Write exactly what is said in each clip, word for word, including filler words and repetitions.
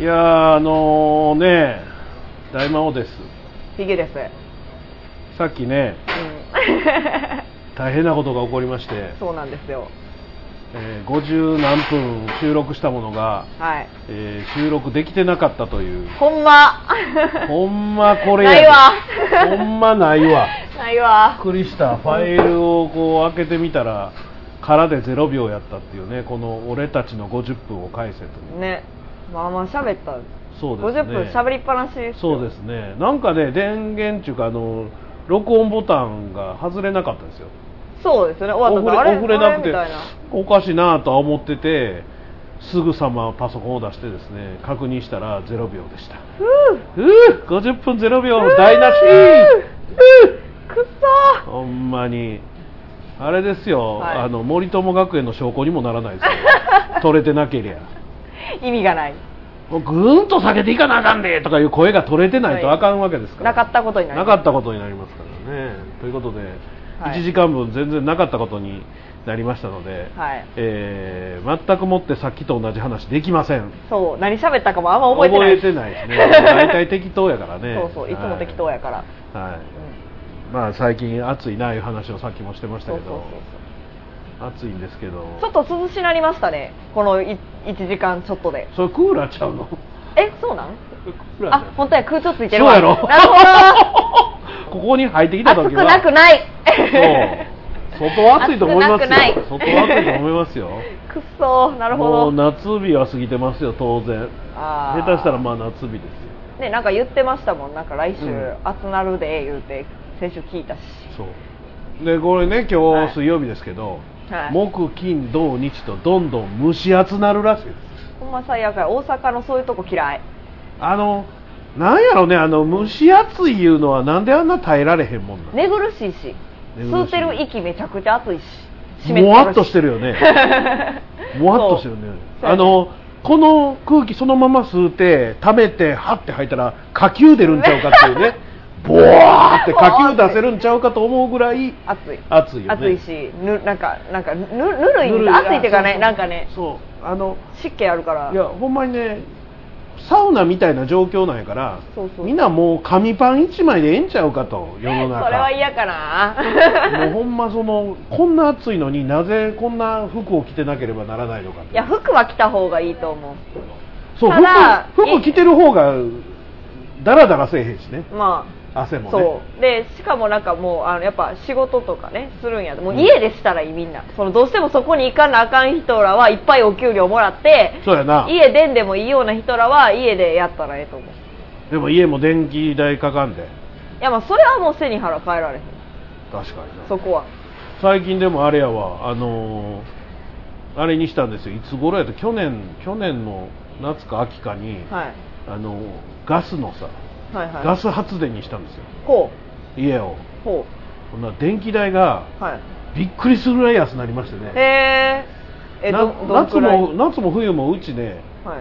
いやーあのー、ね大魔王です。 ヒゲです。 さっきね、うん、大変なことが起こりまして。 そうなんですよ。 えー、ごじゅうなんぷん収録したものが、 はいえー、収録できてなかったという。 ほんまほんまこれやないわほんまないわないわびっくりした。ファイルをこう開けてみたら空でゼロびょうやったっていうね。この俺たちのごじゅっぷんを返せというね。まあまあ喋った。 そうですね、 ごじゅっぷん喋りっぱなしですよ。 そうですね。なんかね電源っていうかあの録音ボタンが外れなかったですよ。 そうですよね。終わったからあれ遅れなくてみたいなおかしいなとは思ってて、すぐさまパソコンを出してですね確認したらゼロびょうでした。ふうごじゅっぷんゼロびょう台無し。 くっそほんまにあれですよ、はい、あの森友学園の証拠にもならないですよ取れてなけりゃ意味がない。 ぐーんと下げていかなあかんでとかいう声が取れてないとあかんわけですから、 なかったことになります。 なかったことになりますからね。ということで、はい、いちじかんぶん全然なかったことになりましたので、はい、えー、全くもってさっきと同じ話できません。 そう何喋ったかもあんま覚えてない。 覚えてないですね。大体適当やからね。 そうそういつも適当やから。 はい。はい、うん、まあ最近暑いないう話をさっきもしてましたけど。そうそうそうそう暑いんですけど。 ちょっと涼しなりましたね。このいちじかんちょっとで。 それクーラーちゃうの？ えそうなん？ クーラーあ本当や空調ついてるわ。 そうやろ。 なるほど。 ここに入ってきた時は暑くなくない。 そう。外は暑いと思いますよ。外は暑いと思いますよ。 くっそなるほど。 もう夏日は過ぎてますよ当然。あ下手したらまあ夏日ですよ。 ねなんか言ってましたもん。なんか来週、うん、暑なるで言うて先週聞いたし。 そうでこれね今日水曜日ですけど、はい、木金土日とどんどん蒸し暑なるらしいです。 ほんま最悪や。大阪のそういうとこ嫌い。 あのなんやろねあの蒸し暑いいうのはなんであんな耐えられへんもんなの。 寝苦しいし吸ってる息めちゃくちゃ暑いしもわっとしてるよねもわっとしてるね。あのこの空気そのまま吸うて溜めてはって吐いたら火球出るんちゃうかっていうねボワーって火球出せるんちゃうかと思うぐらい暑い暑いよね。 暑いしぬなんかなんかぬぬるいんです。暑いっていうかねなんかねそうあの湿気あるから。 いやほんまにねサウナみたいな状況なんやからそうそうみんなもう紙パンいちまいでええんちゃうかと世の中。 それは嫌かなもうほんまそのこんな暑いのになぜこんな服を着てなければならないのか。 いや服は着た方がいいと思う。 そう服服着てる方がダラダラせえへんしね。 まあ汗もね。 そうでしかもなんかもうあのやっぱ仕事とかねするんやもう家でしたらいいみんな。そのどうしてもそこに行かなあかん人らはいっぱいお給料もらってそうやな家出んでもいいような人らは家でやったらええと思う。 でも家も電気代かかんで。 いやまあそれはもう背に腹変えられへん。 確かにな。 そこは最近でもあれやわあのー、あれにしたんですよ。いつ頃やった去年去年の夏か秋かに、はい、あのガスのさはいはい、ガス発電にしたんですよ。 ほう家をほうこんな電気代がびっくりするぐらい安くなりましてね。 へえな夏も夏も冬もうちね、はい、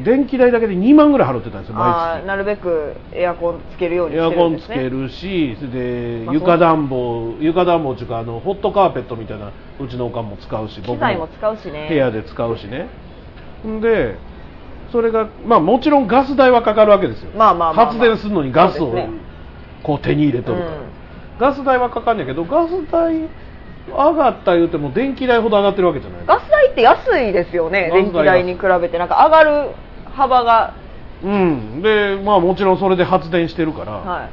電気代だけでにまんぐらい払ってたんですよ毎月。 あなるべくエアコンつけるようにしてるんですね。エアコンつけるしそれで床暖房床暖房っていうかあのホットカーペットみたいなうちのおかんも使うし機材も使うしね部屋で使うしね。んでそれがまあもちろんガス代はかかるわけですよ。 まあまあまあまあ、 発電するのにガスをこう手に入れとるから、うん、ガス代はかかんないけどガス代上がった言うても電気代ほど上がってるわけじゃない。 ガス代って安いですよね。電気代に比べてなんか上がる幅がうんでまあもちろんそれで発電してるから、はい、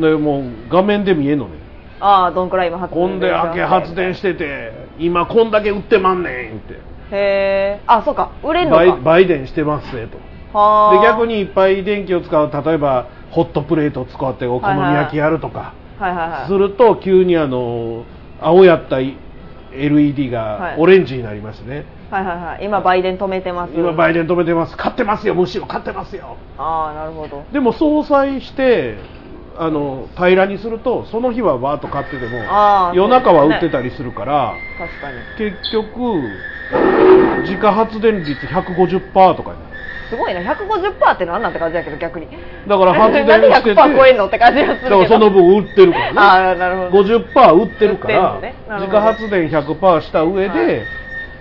でもう画面で見えんのね。 ああどんくらい今発電こんであけ発電してて今こんだけ売ってまんねんって。 へえあそうか売れんのか。 売電してますねと。 はで逆にいっぱい電気を使う例えばホットプレートを使ってお好み焼きやるとかすると急にあの青やった エルイーディー がオレンジになりましてね、 はいはいはい、今売電止めてます。 今売電止めてます。買ってますよむしろ買ってますよ。 ああなるほど。 でも相殺してあの平らにするとその日はバーッと買ってても夜中は売ってたりするから、 ね、確かに結局自家発電率 ひゃくごじゅっパーセント とかになる。 すごいな ひゃくごじゅっパーセント って何なんって感じだけど逆にだから発電しててなんで ひゃくパーセント 超えんのって感じがするけどだからその分売ってるからね。 あなるほどごじゅっパーセント 売ってるから、 ね、 自家発電 ひゃくパーセント した上で、はい、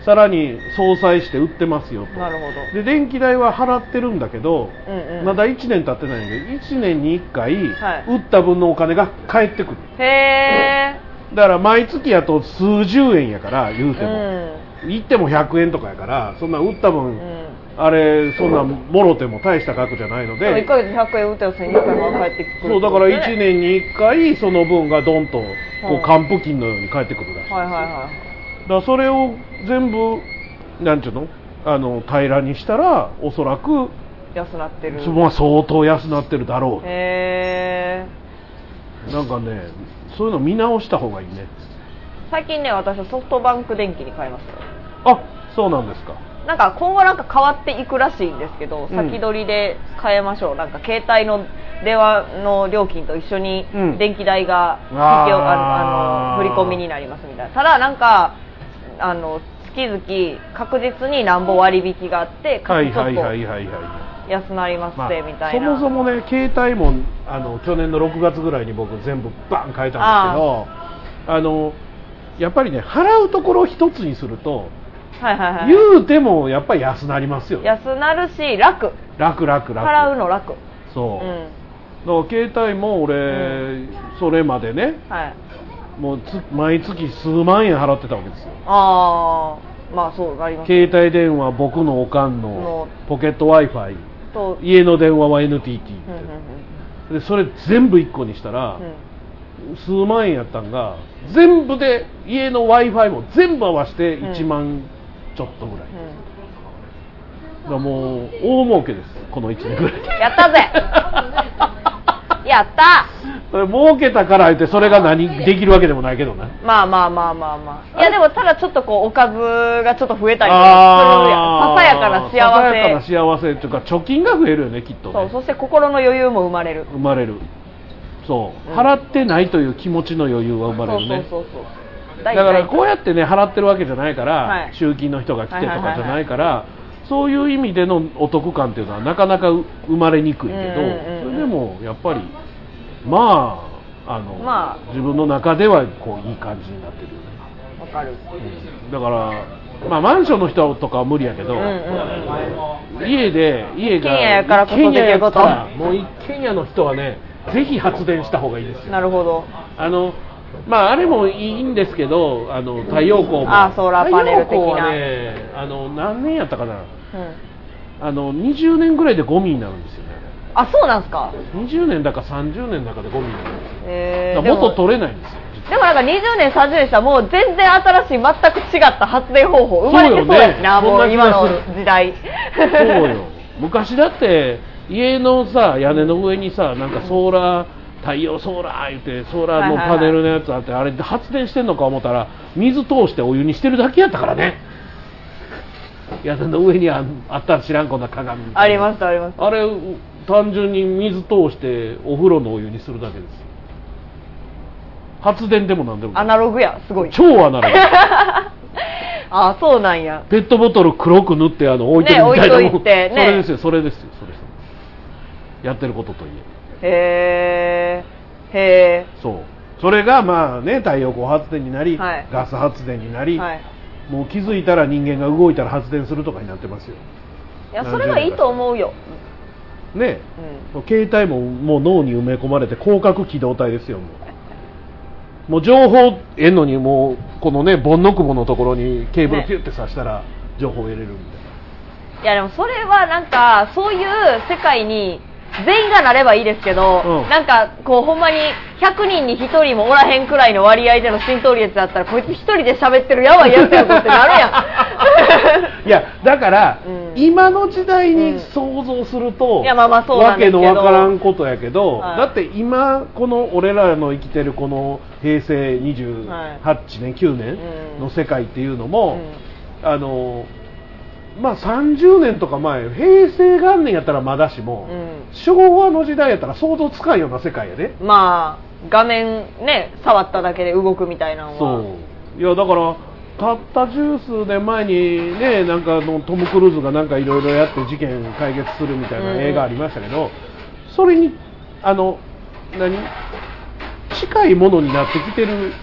さらに相殺して売ってますよと。 なるほど。 で電気代は払ってるんだけど、 うんうん、 まだいちねん経ってないんだけどいちねんにいっかい、 はい、 売った分のお金が返ってくる。 へー。 だから毎月やと数十円やから言うても、 うん、 行ってもひゃくえんとかやからそんな売った分、うん、あれそんなもろても大した額じゃないので、 いっかげつひゃくえん売ったらせんにひゃくえんが返ってくる、 そうだからいちねんにいっかいその分がドンとこう還付金のように返ってくるらしい。 はいはいはい。 だからそれを全部なんちゅうのあの平らにしたらおそらく安なってる。 まあ相当安なってるだろう。 へー。なんかねそういうの見直した方がいいね。 最近ね私はソフトバンク電気に変えましたよ。 あ、そうなんですか。 なんか今後なんか変わっていくらしいんですけど、うん、先取りで変えましょう。なんか携帯の電話の料金と一緒に電気代が引き、うん、あの振り込みになりますみたいな。ただなんかあの月々確実になんぼ割引があってかつちょっと安なりますってみたいな、 まあ、そもそもね携帯もあの去年のろくがつぐらいに僕全部バン変えたんですけど、ああのやっぱりね払うところを一つにすると、 はいはいはい、 言うてもやっぱり安なりますよ、ね、 安なるし楽楽楽楽払うの楽。 そう、うん、だから携帯も俺、うん、それまでね、はい、もうつ毎月数万円払ってたわけですよ。 ああ、まあそうなります。 携帯電話僕のおかんのポケット Wi-Fi と家の電話は エヌティーティー って、うんうんうん、でそれ全部いっこにしたら、うん、数万円やったんが全部で家の Wi-Fi も全部合わせていちまんちょっとぐらい、うんうん、だからもう大儲けですこのいちねんぐらい。 やったぜやったそれ儲けたから言ってそれが何できるわけでもないけどね。まあまあまあまあまあ。いやでもただちょっとこうおかずがちょっと増えたりとかするやん。ささやかな幸せ。 ささやかな幸せっていうか貯金が増えるよねきっとね。 そう、そして心の余裕も生まれる。 生まれる。そう、うん、払ってないという気持ちの余裕は生まれるね。そうそうそうそう。だからこうやってね払ってるわけじゃないから、はい、集金の人が来てとかじゃないから、はいはいはいはい、そういう意味でのお得感っていうのはなかなか生まれにくいけど、うんうんうん、それでもやっぱりまああの、まあ、自分の中ではこういい感じになってるよね。 わかる、 うん、だからまあマンションの人とかは無理やけど、うんうんうん、家で家が一軒家やからこそできること、もう一軒家の人はねぜひ発電した方がいいですよ。 なるほど。 あのまああれもいいんですけど、あの太陽光も、 あソーラーパネル的な、 太陽光はねあの何年やったかな、うん、あのにじゅうねんぐらいでゴミになるんですよね。 あ、そうなんですか。 にじゅうねんだかさんじゅうねんだかでゴミになるんですよ。えー、元取れないんですよ。 でもなんかにじゅうねんさんじゅうねんしたらもう全然新しい全く違った発電方法生まれてそうやしな、もう今の時代。 そうよ。昔だって家のさ屋根の上にさなんかソーラー、太陽ソーラー言ってソーラーのパネルのやつあって、はいはいはい、あれ発電してんのか思ったら水通してお湯にしてるだけやったからね。屋根の上に あ, あったら知らんこんな鏡みたいな。 ありましたありました。 あれ単純に水通してお風呂のお湯にするだけです。発電でもなんでもない。 アナログや、すごい。 超アナログ。 あ、そうなんや。 ペットボトル黒く塗ってあの置いてるみたいなもん、ね、置いといて、ね、それですよそれですよそれですよ。やってることといえ。へえ。へえ。 そう。それがまあね太陽光発電になり、はい、ガス発電になり、はい、もう気づいたら人間が動いたら発電するとかになってますよ。 いやそれはいいと思うよ。 ね、うん、携帯ももう脳に埋め込まれて広角機動隊ですよ。もう、もう情報得るのにもうこのねボンノクボのところにケーブルピュッて刺したら情報を入れるみたいな、ね、 いやでもそれはなんかそういう世界に全員がなればいいですけど、うん、なんかこうほんまにひゃくにんにひとりもおらへんくらいの割合での浸透率だったらこいつひとりで喋ってるやばいやつやぞってなるやん。いやだから、うん、今の時代に想像すると、うん、いやまあまあそうなんですけどわけのわからんことやけど、はい、だって今この俺らの生きてるこの平成にじゅうはちねん、きゅうねんの世界っていうのも、うん、あのまあさんじゅうねんとか前平成元年やったらまだしも、うん、昭和の時代やったら想像つかんような世界やで。 まあ画面ね触っただけで動くみたいなのはそういやだからたった十数年前にねなんかのトム・クルーズがなんかいろいろやって事件解決するみたいな映画ありましたけど、うん、それにあの何近いものになってきてる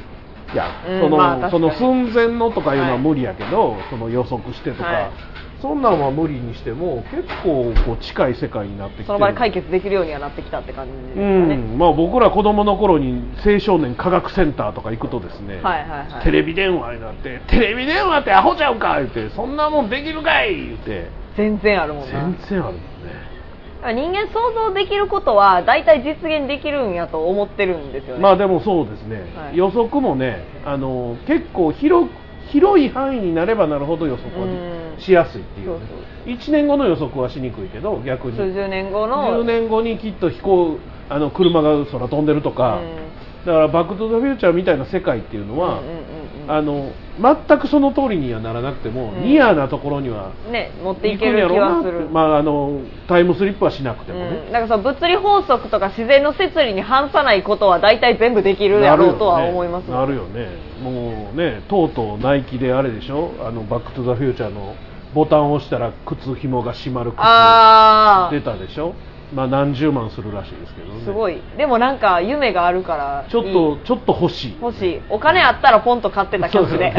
いや、 うんその、 まあその寸前のとかいうのは無理やけど、 はい、 その予測してとか、 はい、 そんなんは無理にしても結構こう近い世界になってきてる。 その場で解決できるようにはなってきたって感じですかね。 うん、まあ、僕ら子供の頃に青少年科学センターとか行くとですね、 はいはいはい、 テレビ電話になってテレビ電話ってアホちゃうか言ってそんなもんできるかい言って全然あるもんな。 全然あるもんね。 人間想像できることは大体実現できるんやと思ってるんですよね。 まあでもそうですね、はい、予測もねあの結構広広い範囲になればなるほど予測はしやすいっていう、ね、そうそういちねんごの予測はしにくいけど逆に数十年後のじゅうねんごにきっと飛行あの車が空飛んでるとか、だからバックトゥザフューチャーみたいな世界っていうのは、うんうんうんうん、あの全くその通りにはならなくても、うん、ニアなところにはね持っていける気はする。 まああのタイムスリップはしなくてもね。 うん、なんかその物理法則とか自然の摂理に反さないことは大体全部できるやろうとは思います、ね。 なるよね。もうねとうとうナイキであれでしょ。あのバックトゥザフューチャーのボタンを押したら靴紐が閉まる靴出たでしょ。まあ何十万するらしいですけどね。 すごい。でもなんか夢があるからちょっとちょっと欲しい。 欲しい。お金あったらポンと買ってたキャッシュで。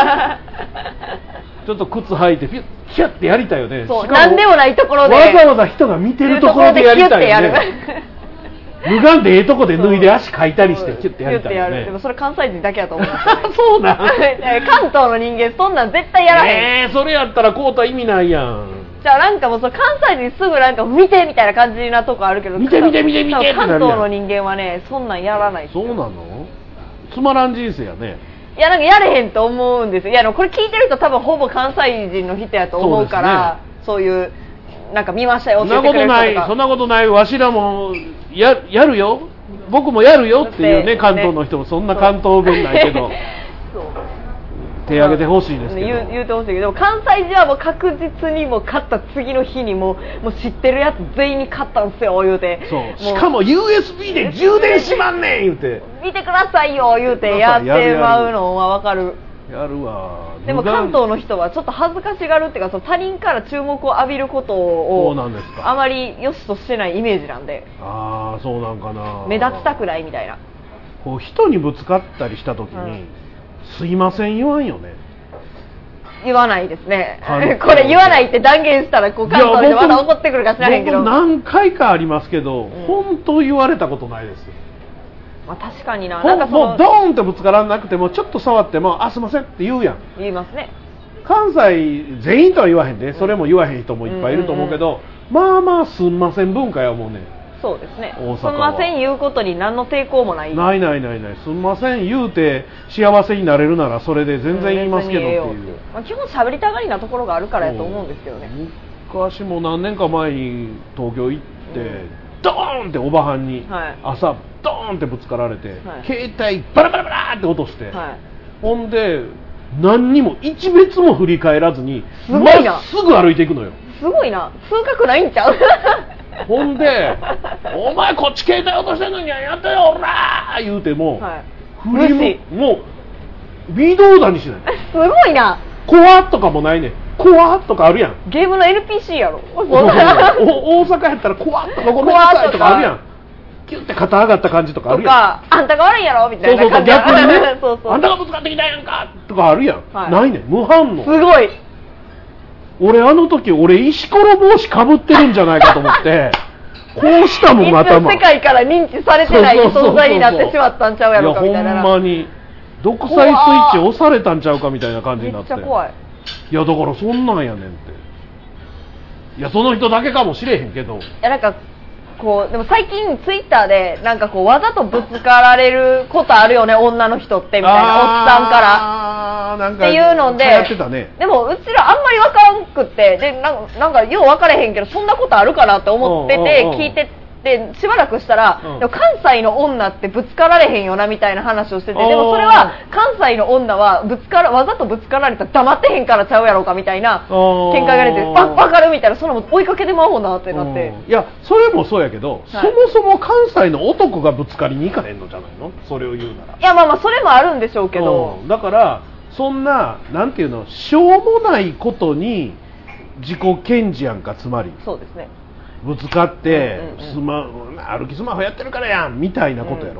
ちょっと靴履いてピュッキャッてやりたいよね。 そう。なんでもないところで。 わざわざ人が見てるところでやりたいよね。脱がんでええとこで脱いで足かいたりしてキュッてやりたいよね。 でもそれ関西人だけだと思うんですよ、ね。 そうなん。 関東の人間そんなん絶対やらへん。 えー、それやったらこうた意味ないやん。 じゃあなんかもうその関西人すぐなんか見てみたいな感じなとこあるけど、 見て見て見て見て関東の人間はねそんなんやらないですよ。 そうなの？つまらん人生やね。 いやなんかやれへんと思うんですよ。いやこれ聞いてる人多分ほぼ関西人の人やと思うから、そういう、なんか見ましたよ教えてくれる人とか。 そんなことないそんなことない。わしらも や, やるよ僕もやるよっていうね、関東の人もそんな関東弁ないけどそう手挙げてほしいですけど、 言う、言うてほしいけど、でも関西人はもう確実にもう勝った次の日にもう、もう知ってるやつ全員に勝ったんですよ言うて、 そうしかも ユーエスビー で充電しまんねん言うて見てくださいよ言うてやってまうのは分かる。 やるわ。 でも関東の人はちょっと恥ずかしがるっていうか、その他人から注目を浴びることをあまり良しとしてないイメージなんで。 ああそうなんかな。 目立ちたくないみたいな。 こう人にぶつかったりした時に、うん、すいません言わんよね。 言わないですね。これ言わないって断言したらこう関東でまだ怒ってくるか知らへんけど。 僕何回かありますけど、うん、本当言われたことないです。 まあ、確かにな。 なんかそのもうドーンってぶつからなくてもちょっと触ってもあすいませんって言うやん。 言いますね。 関西全員とは言わへんで、それも言わへん人もいっぱいいると思うけど、うんうんうん、まあまあすんません文化やもうね。 そうですね。すんません言うことに何の抵抗もない。 ないないないない。すんません言うて幸せになれるならそれで全然言いますけどっていう。うん、 まあ、基本喋りたがりなところがあるからやと思うんですけどね。 昔も何年か前に東京行って、うん、ドーンっておばはんに朝ドーンってぶつかられて、はい、携帯バラバラバラって落として、はい、ほんで何にも一別も振り返らずにまっすぐ歩いていくのよ。 すごいな。数角ないんちゃうほんでお前こっち携帯落としてんのにやったよおらー言うても、はい、振りももう微動だにしないすごいな。 怖っとかもないね。怖っとかあるやん。 ゲームの エヌピーシー やろお大阪やったら怖っとかごめんなさいとかあるやん。キュッて肩上がった感じとかあるやん。とかあんたが悪いんやろみたいな感じ。 そうそうそう逆にねそうそうあんたがぶつかってきたやんかとかあるやん、はい、ないねん無反応。 すごい。 俺あの時俺石ころ帽子かぶってるんじゃないかと思ってこうしたもん頭。 世界から認知されてない存在になってしまったんちゃうやろかみたいな。 いやほんまに独裁スイッチ押されたんちゃうかみたいな感じになって。 めっちゃ怖い。 いやだからそんなんやねんって。いやその人だけかもしれへんけど。いやなんかこうでも最近ツイッターでなんかこうわざとぶつかられることあるよね女の人ってみたいなおっさんからなんかっていうので、 やってたね、 でもうちらあんまり分からんくってでなんかなんかよう分からへんけどそんなことあるかなって思ってて聞いてでしばらくしたら、うん、でも関西の女ってぶつかられへんよなみたいな話をしてて、でもそれは関西の女はぶつからわざとぶつかられたら黙ってへんからちゃうやろうかみたいな見解が出て、あ分かるみたいな、その追いかけてまおうなってなって。 いやそれもそうやけど、はい、そもそも関西の男がぶつかりに行かへんのじゃないの、それを言うなら。 いやまあまあそれもあるんでしょうけど、 だからそんななんていうのしょうもないことに自己顕示やんか。つまりそうですね、 ぶつかって、うんうんうん、スマ歩きスマホやってるからやんみたいなことやろ、うん、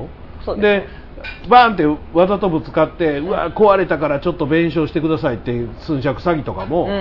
そうでバーンってわざとぶつかって、うわ壊れたからちょっと弁償してくださいっていう寸借詐欺とかも、うんうんうん、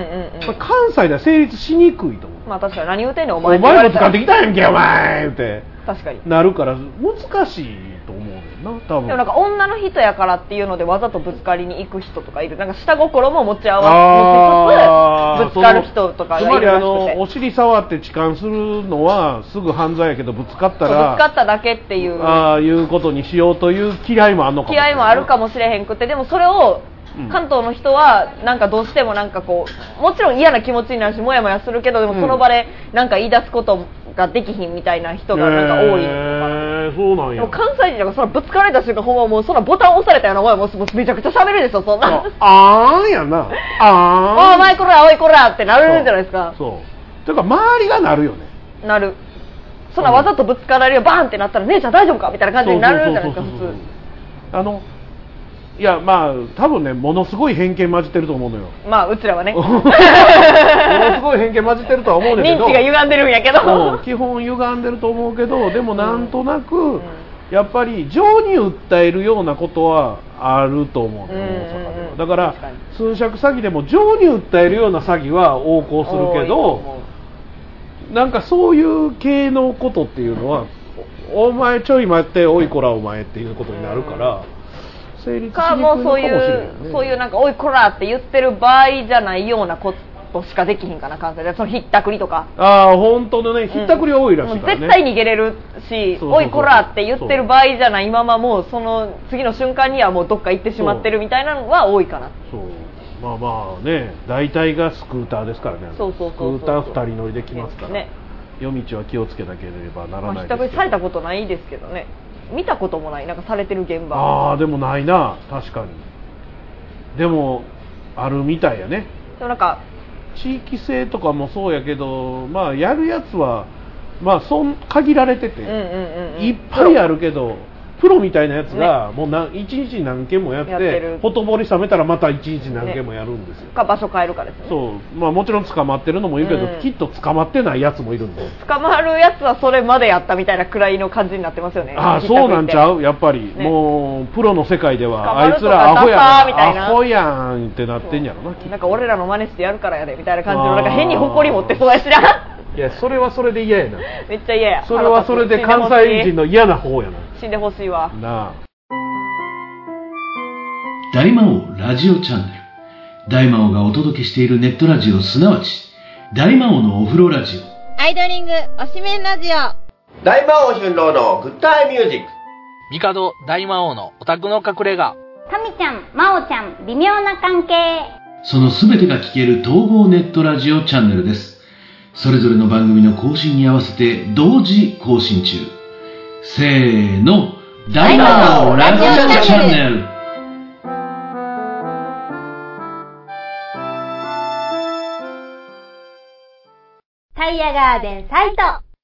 関西では成立しにくいと思う。 まあ確かに何言うてんねんお前お前も使ってきたやんけお前って確かになるから難しいと思うねんな多分。 でもなんか女の人やからっていうのでわざとぶつかりに行く人とかいる。なんか下心も持ち合わせつつぶつかる人とかがいるらしくて、つまりあのお尻触って痴漢するのはすぐ犯罪やけどぶつかったらぶつかっただけっていうああいうことにしようという嫌いもあるのかもしれない。 嫌いもあるかもしれへんくて、でもそれを関東の人はなんかどうしてもなんかこうもちろん嫌な気持ちになるしモヤモヤするけど、でもその場でなんか言い出すことができひんみたいな人がなんか多いのかな、 えー、そうなんや。 でも関西人がそのぶつかられた瞬間ほんまもうそのボタン押されたようなもんもうめちゃくちゃ喋るでしょそんな。 あーんやな。あーん。 お前こらおいこらってなるんじゃないですか。 そう。そうてか周りがなるよね。 なる。そんなわざとぶつかられるバーンってなったら姉ちゃん大丈夫かみたいな感じになるんじゃないですか普通。あの。 いやまあ多分ねものすごい偏見混じってると思うのよ。 まあうちらはねものすごい偏見混じってるとは思うんだけど認知が歪んでるんやけど基本歪んでると思うけど、でもなんとなく、うん、やっぱり情に訴えるようなことはあると思うのよ、大阪では。だから寸借詐欺でも情に訴えるような詐欺は横行するけど、なんかそういう系のことっていうのはお前ちょい待っておいこらお前っていうことになるから、成立しにくいのかもしれない、ね、 もうそういうそういうなんかおいこらって言ってる場合じゃないようなことしかできひんかな関西で。そのひったくりとか。 ああ本当のねひったくり多いらしいからね、 うん、絶対逃げれるし、おいこらって言ってる場合じゃないままもうその次の瞬間にはもうどっか行ってしまってるみたいなのは多いかな。 そうまあまあね大体がスクーターですからね。 そうそうそうそう、 スクーターふたり乗りできますから、ね、夜道は気をつけなければならないですけど、まあ、ひったくりされたことないですけどね。見たこともないなんかされてる現場。 ああでもないな確かに。でもあるみたいやね。 でもなんか地域性とかもそうやけど、まあやるやつはまあそん限られてて、うんうんうんうん、いっぱいあるけどプロみたいなやつがもうないちにち何件もやって、やってほとぼり冷めたらまたいちにち何件もやるんですよ、ね、 か場所変えるかですね。 そう、まあ、もちろん捕まってるのもいるけど、うん、きっと捕まってないやつもいるんで、 捕まるやつはそれまでやったみたいなくらいの感じになってますよね。 ああそうなんちゃうやっぱり、ね、もうプロの世界ではあいつらアホやんアホやんってなってんやろな。 なんか俺らの真似してやるからやでみたいな感じのなんか変に誇り持ってそうやしな。 いやそれはそれで嫌やな。 めっちゃ嫌や。 それはそれで関西人の嫌な方やな。 死んでほしいわなあ。 大魔王ラジオチャンネル。大魔王がお届けしているネットラジオ、すなわち大魔王のお風呂ラジオ、 アイドリングおしめんラジオ、 大魔王春郎のグッタイミュージック、 帝大魔王のオタクの隠れ家、 タミちゃん、マオちゃん、微妙な関係。 そのすべてが聞ける統合ネットラジオチャンネルです。それぞれの番組の更新に合わせて同時更新中。せーの、大魔王ラジオチャンネル。 タイヤガーデンサイト。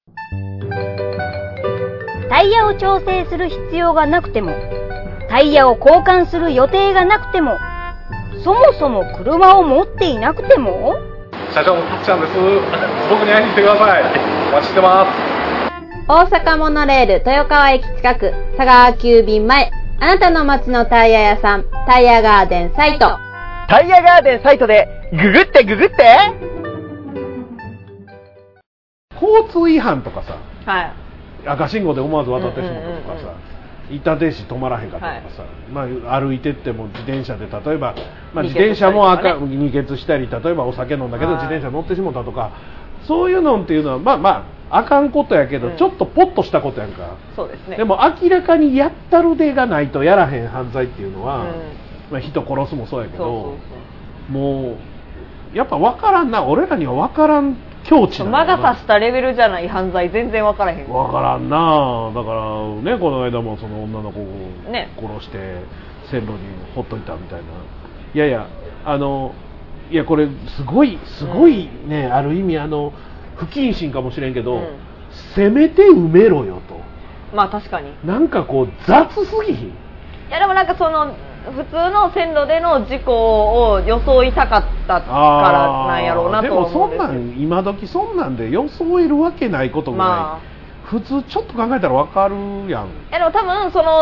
タイヤを調整する必要がなくても、タイヤを交換する予定がなくても、そもそも車を持っていなくても。 社長のたっちゃんです。僕に会いに来てください。お待ちしてます。 大阪モノレール豊川駅近く、佐川急便前、あなたの街のタイヤ屋さん、タイヤガーデンサイト。 タイヤガーデンサイトでググってググって。 交通違反とかさ、 はい、 赤信号で思わず渡ってしまったとかさ、一旦停止止まらへんかったとかさ、はい、まあ、歩いてっても自転車で例えば、まあ、自転車も赤二欠したり、例えばお酒飲んだけど自転車乗ってしまったとか、そういうのっていうのはまあまああかんことやけど、うん、ちょっとポッとしたことやんか。 そうですね。 でも明らかにやったるでがないとやらへん犯罪っていうのは、うん、まあ、人殺すもそうやけど、そうそうそう、もうやっぱ分からんな、俺らには分からん境地なのな。 魔が差したレベルじゃない犯罪全然分からへん。 分からんな。だからね、この間もその女の子を殺して線路にほっといたみたいな、いやいや、あのいやこれすごいすごいね、うん、ある意味あの不謹慎かもしれんけど、うん、せめて埋めろよと。 まあ確かになんかこう雑すぎひん。いやでもなんかその普通の線路での事故を装いたかったからなんやろうなと思うんですよ。 でもそんなん今時そんなんで装えるわけないことぐらい、まあ、普通ちょっと考えたら分かるやん。 えでも多分その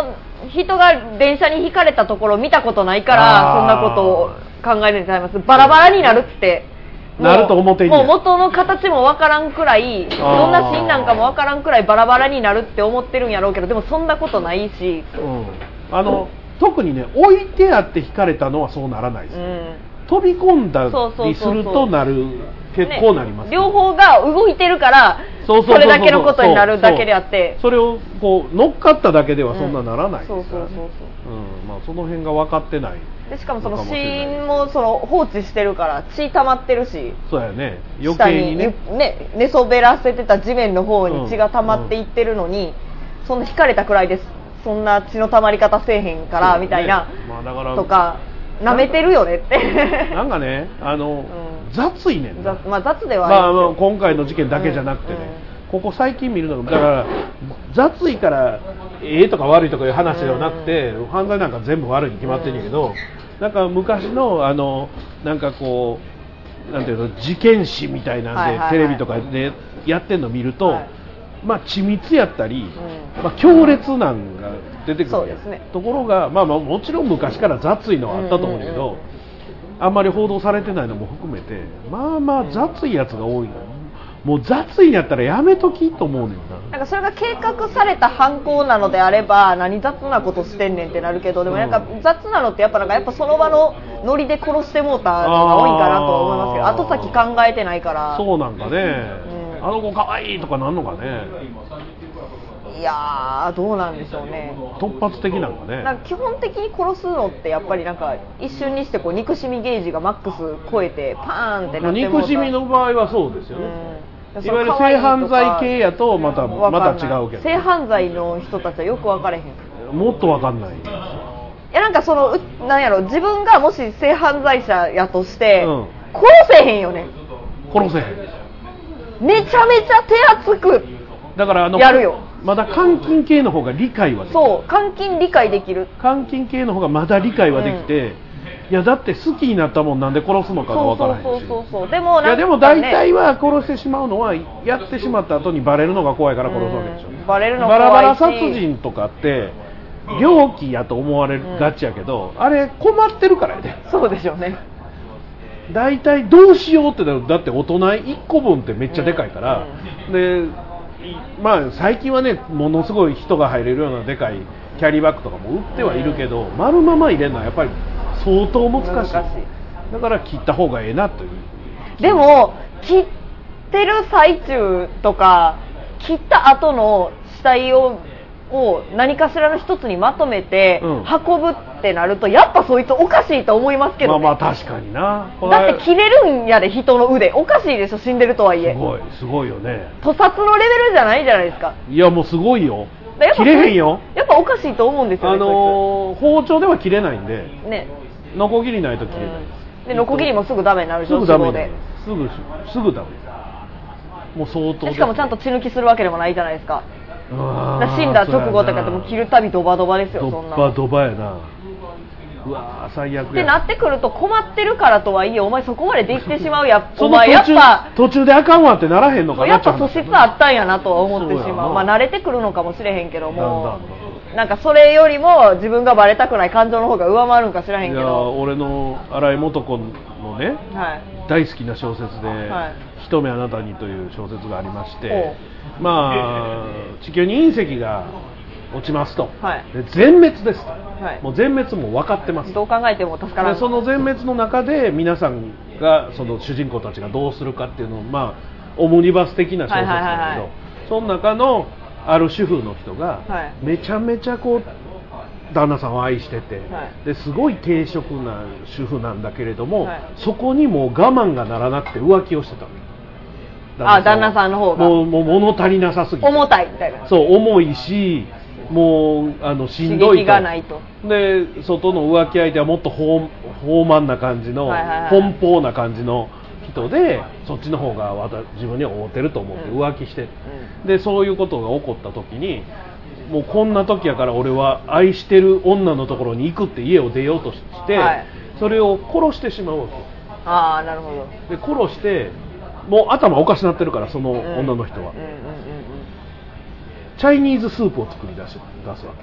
人が電車にひかれたところ見たことないからそんなことを考えるんちゃいます。バラバラになるってなると思っていいんもう元の形もわからんくらいどんなシーンなんかもわからんくらいバラバラになるって思ってるんやろうけど、でもそんなことないし、 うん、あの特にね置いてあって引かれたのはそうならないです、うん、飛び込んだりするとなる結構なります、ね、 両方が動いてるからそれだけのことになるだけであって、 それをこう乗っかっただけではそんなならないですからね。その辺が分かってないで、しかもその死因もその放置してるから血溜まってるし、 そうやね、余計に ね, ね寝そべらせてた地面の方に血が溜まっていってるのに、うんうん、そんな引かれたくらいですそんな血の溜まり方せえへんから、ね、みたいな、まあ、だからとか舐めてるよねってなんかねあの、うん、雑いねんな、 まあ、雑ではある、まあ、 まあ今回の事件だけじゃなくてね、うんうん、ここ最近見るのがだから雑いからええとか悪いとかいう話ではなくて、うん、犯罪なんか全部悪いに決まってるんやけど、うん、なんか昔のあのなんかこうなんていうの事件史みたいなんで、はいはいはい、テレビとかでやってるのを見ると、はい、まあ緻密やったり、うん、まあ、強烈なんが出てくる、ね、ところが、まあ、まあもちろん昔から雑いのはあったと思うんだけど、うんうんうん、あんまり報道されてないのも含めてまあまあ雑いやつが多いの、うん、もう雑いんやったらやめときと思うねんな。 なんかそれが計画された犯行なのであれば何雑なことしてんねんってなるけど、でもなんか雑なのってやっぱなんかやっぱその場のノリで殺してもうたのが多いんかなとは思いますけど、後先考えてないから。 そうなんかね、うん、あの子かわいいとかなんのかね。 いやーどうなんでしょうね。 突発的なんかね。 なんか基本的に殺すのってやっぱりなんか一瞬にしてこう憎しみゲージがマックス超えてパーンってなってもうた。 憎しみの場合はそうですよね、うん、いわゆる性犯罪系やとまたまた違うけど、 性犯罪の人たちはよく分かれへん。 もっと分かんない。いやなんかそのなんやろ自分がもし性犯罪者やとして、うん、殺せへんよね。 殺せへん。 めちゃめちゃ手厚くだからあのやるよ。 まだ監禁系の方が理解はできる。 そう監禁理解できる。 監禁系の方がまだ理解はできて、うん、いやだって好きになったもんなんで殺すのかが分からへんし。 そうそうそうそう。でもなんか、ね、 いやでも大体は殺してしまうのはやってしまった後にバレるのが怖いから殺すわけでしょ、うん、 バレるの怖いし。 バラバラ殺人とかって猟奇やと思われがちやけど、うん、あれ困ってるからやで。 そうでしょうね。 大体どうしようってだって大人いっこぶんってめっちゃでかいから、うん、でまあ最近はねものすごい人が入れるようなでかいキャリーバッグとかも売ってはいるけど、うん、丸まま入れるのはやっぱり相当難しい。難しい。だから切った方がええなという。 でも切ってる最中とか切った後の死体をを何かしらの一つにまとめて運ぶってなると、うん、やっぱそいつおかしいと思いますけどね。 まあまあ確かにな。 だって切れるんやで人の腕。おかしいでしょ死んでるとはいえ。 すごいすごいよね。 屠殺のレベルじゃないじゃないですか。 いやもうすごいよ。切れへんよ。 やっぱおかしいと思うんですよね。 あのー、包丁では切れないんでね。ノコギリないと切れない、 うん、でノコギリもすぐダメになるでしょ。すぐダメになる。 すぐすぐダメ。もう相当で。 しかもちゃんと血抜きするわけでもないじゃないですか。死んだ直後とかでも切るたびドバドバですよ。そんなドバドバやな。うわ最悪やってなってくると困ってるからとはいえお前そこまでできてしまうやお前やっぱ途中であかんわってならへんのかな。 やっぱ素質あったんやなとは思ってしまう。まあ慣れてくるのかもしれへんけどもなんかそれよりも自分がバレたくない感情の方が上回るんか知らへんけど。いや俺の新井素子のね、はい、大好きな小説で、はい、一目あなたにという小説がありまして、まあ地球に隕石が落ちますと、はい、で全滅ですと、はい、もう全滅も分かってます。 どう考えても助からない。 でその全滅の中で皆さんがその主人公たちがどうするかっていうのをまあオムニバス的な小説なんだけど、はいはいはいはい、その中のある主婦の人が、はい、めちゃめちゃこう旦那さんを愛してて、はい、ですごい低職な主婦なんだけれども、はい、そこにもう我慢がならなくて浮気をしてたの。 あ旦那さんの方がもう、もう物足りなさすぎて重たいみたいな。 そう重いしもうあのしんどいと。 刺激がないと。 で外の浮気相手はもっと豊満な感じの、はいはいはい、奔放な感じの人でそっちの方が自分には合うてると思って浮気して、うん、でそういうことが起こった時にもうこんな時やから俺は愛してる女のところに行くって家を出ようとして、はい、それを殺してしまうわけ。 ああなるほど。 で殺してもう頭おかしなってるからその女の人は、うんうんうんうん、チャイニーズスープを作り出し出すわけ。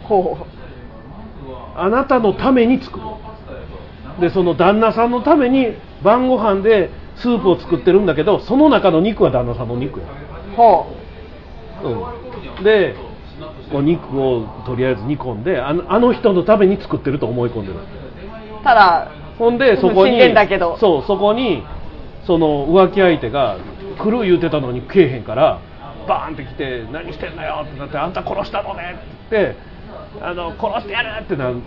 ほう。 あなたのために作る。でその旦那さんのために晩ご飯でスープを作ってるんだけど、その中の肉は旦那さんの肉や。 ほう、うん、でお肉をとりあえず煮込んで、あの、あの人のために作ってると思い込んでる。 ただほんでそこに死んでんだけど、 そうそこにその浮気相手が来る言うてたのに来えへんから、バーンって来て何してんだよってなって、あんた殺したのねって言って、あの殺してやるってなって、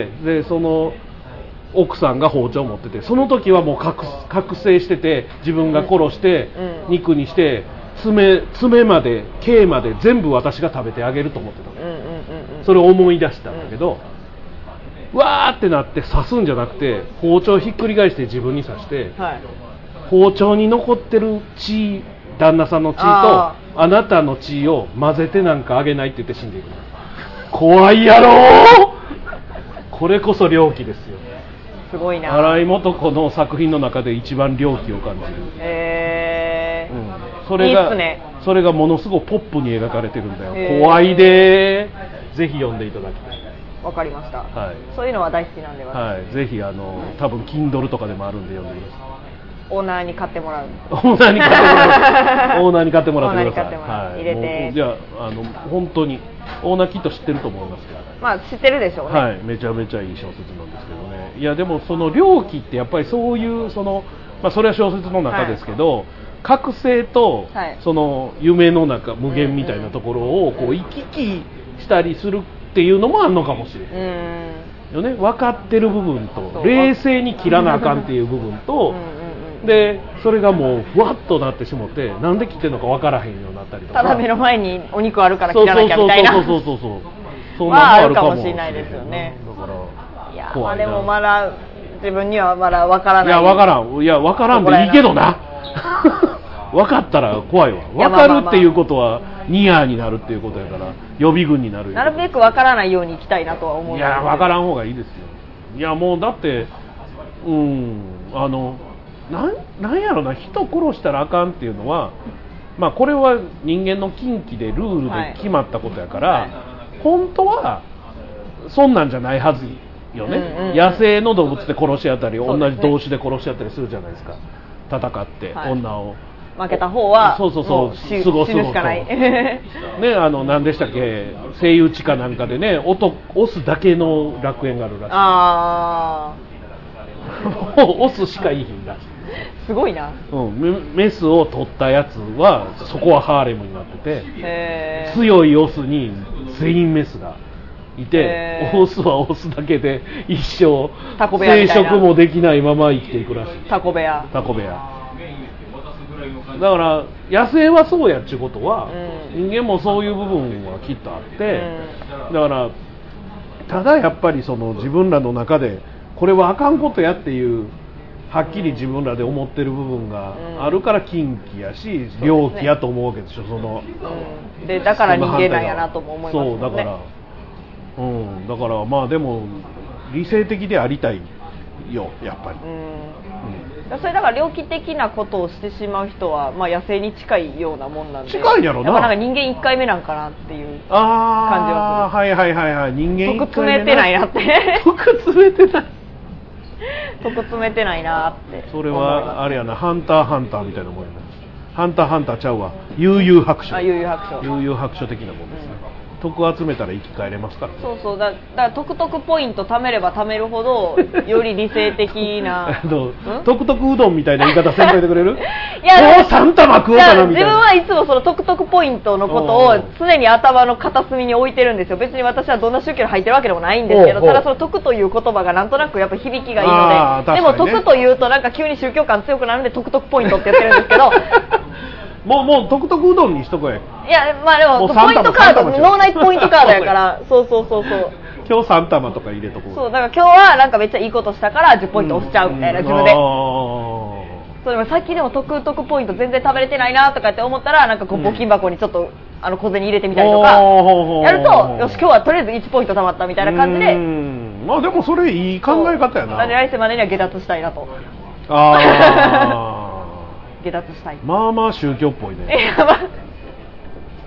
でその奥さんが包丁を持ってて、その時はもう 覚, 覚醒してて、自分が殺して肉にして爪, 爪まで毛まで全部私が食べてあげると思ってた、うんうんうんうん、それを思い出したんだけど、うん、わーってなって刺すんじゃなくて包丁をひっくり返して自分に刺して、はい、包丁に残ってる血、旦那さんの血と あ, あなたの血を混ぜてなんかあげないって言って死んでいく。怖いやろこれこそ猟奇ですよ。 すごいな。 新井素子の作品の中で一番猟奇を感じる。 へー、うん、それがいいっすね。それがものすごくポップに描かれてるんだよ。怖いでー。ぜひ読んでいただきたい。 わかりました、 はい、 そういうのは大好きなんで、 はい、ぜひあの、はい、多分 Kindle とかでもあるんで読んでください。 オーナーに買ってもらう。 オーナーに買ってもらう。オーナーに買ってもらってください。 はい、入れて。 じゃあ、あの本当にオーナーきっと知ってると思いますけど。 まあ知ってるでしょうね。 はい、めちゃめちゃいい小説なんですけどね。いやでもその猟奇ってやっぱりそういうその、まあそれは小説の中ですけど、はい、覚醒と、はい、その夢の中無限みたいなところをこう行き来したりするっていうのもあるのかもしれない。うんよね、分かってる部分と冷静に切らなあかんっていう部分と。うんでそれがもうふわっとなってしもってなんで切ってるのか分からへんようになったりとか、 ただ目の前にお肉あるから切らなきゃみたいな、 そうそうそうそうそう、 まああるかもしれないですよね。だからいやまあでもまだ自分にはまだ分からない。 いや分からん、いや分からんでいいけどな分かったら怖いわ。分かるっていうことはニヤーになるっていうことやから予備軍になる。 なるべく分からないようにいきたいなとは思う。 いや分からん方がいいですよ。いやもうだってうんあのな ん, なんやろな、人殺したらあかんっていうのは、まあ、これは人間の禁忌でルールで決まったことやから、はい、本当はそんなんじゃないはずよね、うんうんうん、野生の動物で殺し合ったり、同じ同種で殺し合ったりするじゃないですか、戦って、はい、女を負けた方はそうそうそう死ぬしかないね、あの何でしたっけ、セイウチかなんかでね、オスだけの楽園があるらしい。 あオスしかいいひんらしい。 すごいな、 うん、メスを取ったやつはそこはハーレムになってて、 へ強いオスに全員メスがいて、オスはオスだけで一生生殖もできないまま生きていくらしい。 タコ部屋タコ部屋だから野生はそうやっちゅうことは、うん、人間もそういう部分はきっとあって、うん、だからただやっぱりその自分らの中でこれはあかんことやっていうはっきり自分らで思ってる部分があるから禁忌やし、うん、猟奇やと思うわけでしょ、その、 うん、でだから人間なんやなとも思いますもんね。 そうだから、うん、だからまあでも理性的でありたいよやっぱり、 うんうん、それだから猟奇的なことをしてしまう人は、まあ、野生に近いようなもんなんで、 近いやろな、 やっぱなんか人間いっかいめなんかなっていう感じはする。ああはいはいはいはい、人間いっかいめ得詰めてないなって得詰めてない得詰めてないなって。 それはあれやな、ハンターハンターみたいなもんやな。ハンターハンターちゃうわ、悠々白書。 あ、悠々白書。 悠々白書的なもんですね、うん、得集めたら生き返れますから、ね、 そうそう、だだから得得ポイント貯めれば貯めるほどより理性的なあの得得うどんみたいな言い方せんといてくれるいやもうさん玉食おうかなみたいな。 自分はいつもその得得ポイントのことを常に頭の片隅に置いてるんですよ。別に私はどんな宗教に入ってるわけでもないんですけど、ただその得という言葉がなんとなくやっぱ響きがいいので、ね、でも得というとなんか急に宗教感強くなるんで得得ポイントって言ってるんですけどもうもう得得うどんにしとこえ。 いやまあでもポイントカード脳内ポイントカードやからそうそうそうそう今日さん玉とか入れとこう。 そうだから今日はなんかめっちゃいいことしたからじゅうポイント押しちゃうみたいな、うん、自分で。それもさっきでも得得ポイント全然食べれてないなとかって思ったらなんかこう募金箱にちょっと、うん、あの小銭入れてみたりとかやるとよし今日はとりあえずいちポイント貯まったみたいな感じで。うん、 まあでもそれいい考え方やな。 なんで来世までには下脱したいなと。 あ下脱したい。 まあまあ宗教っぽいね。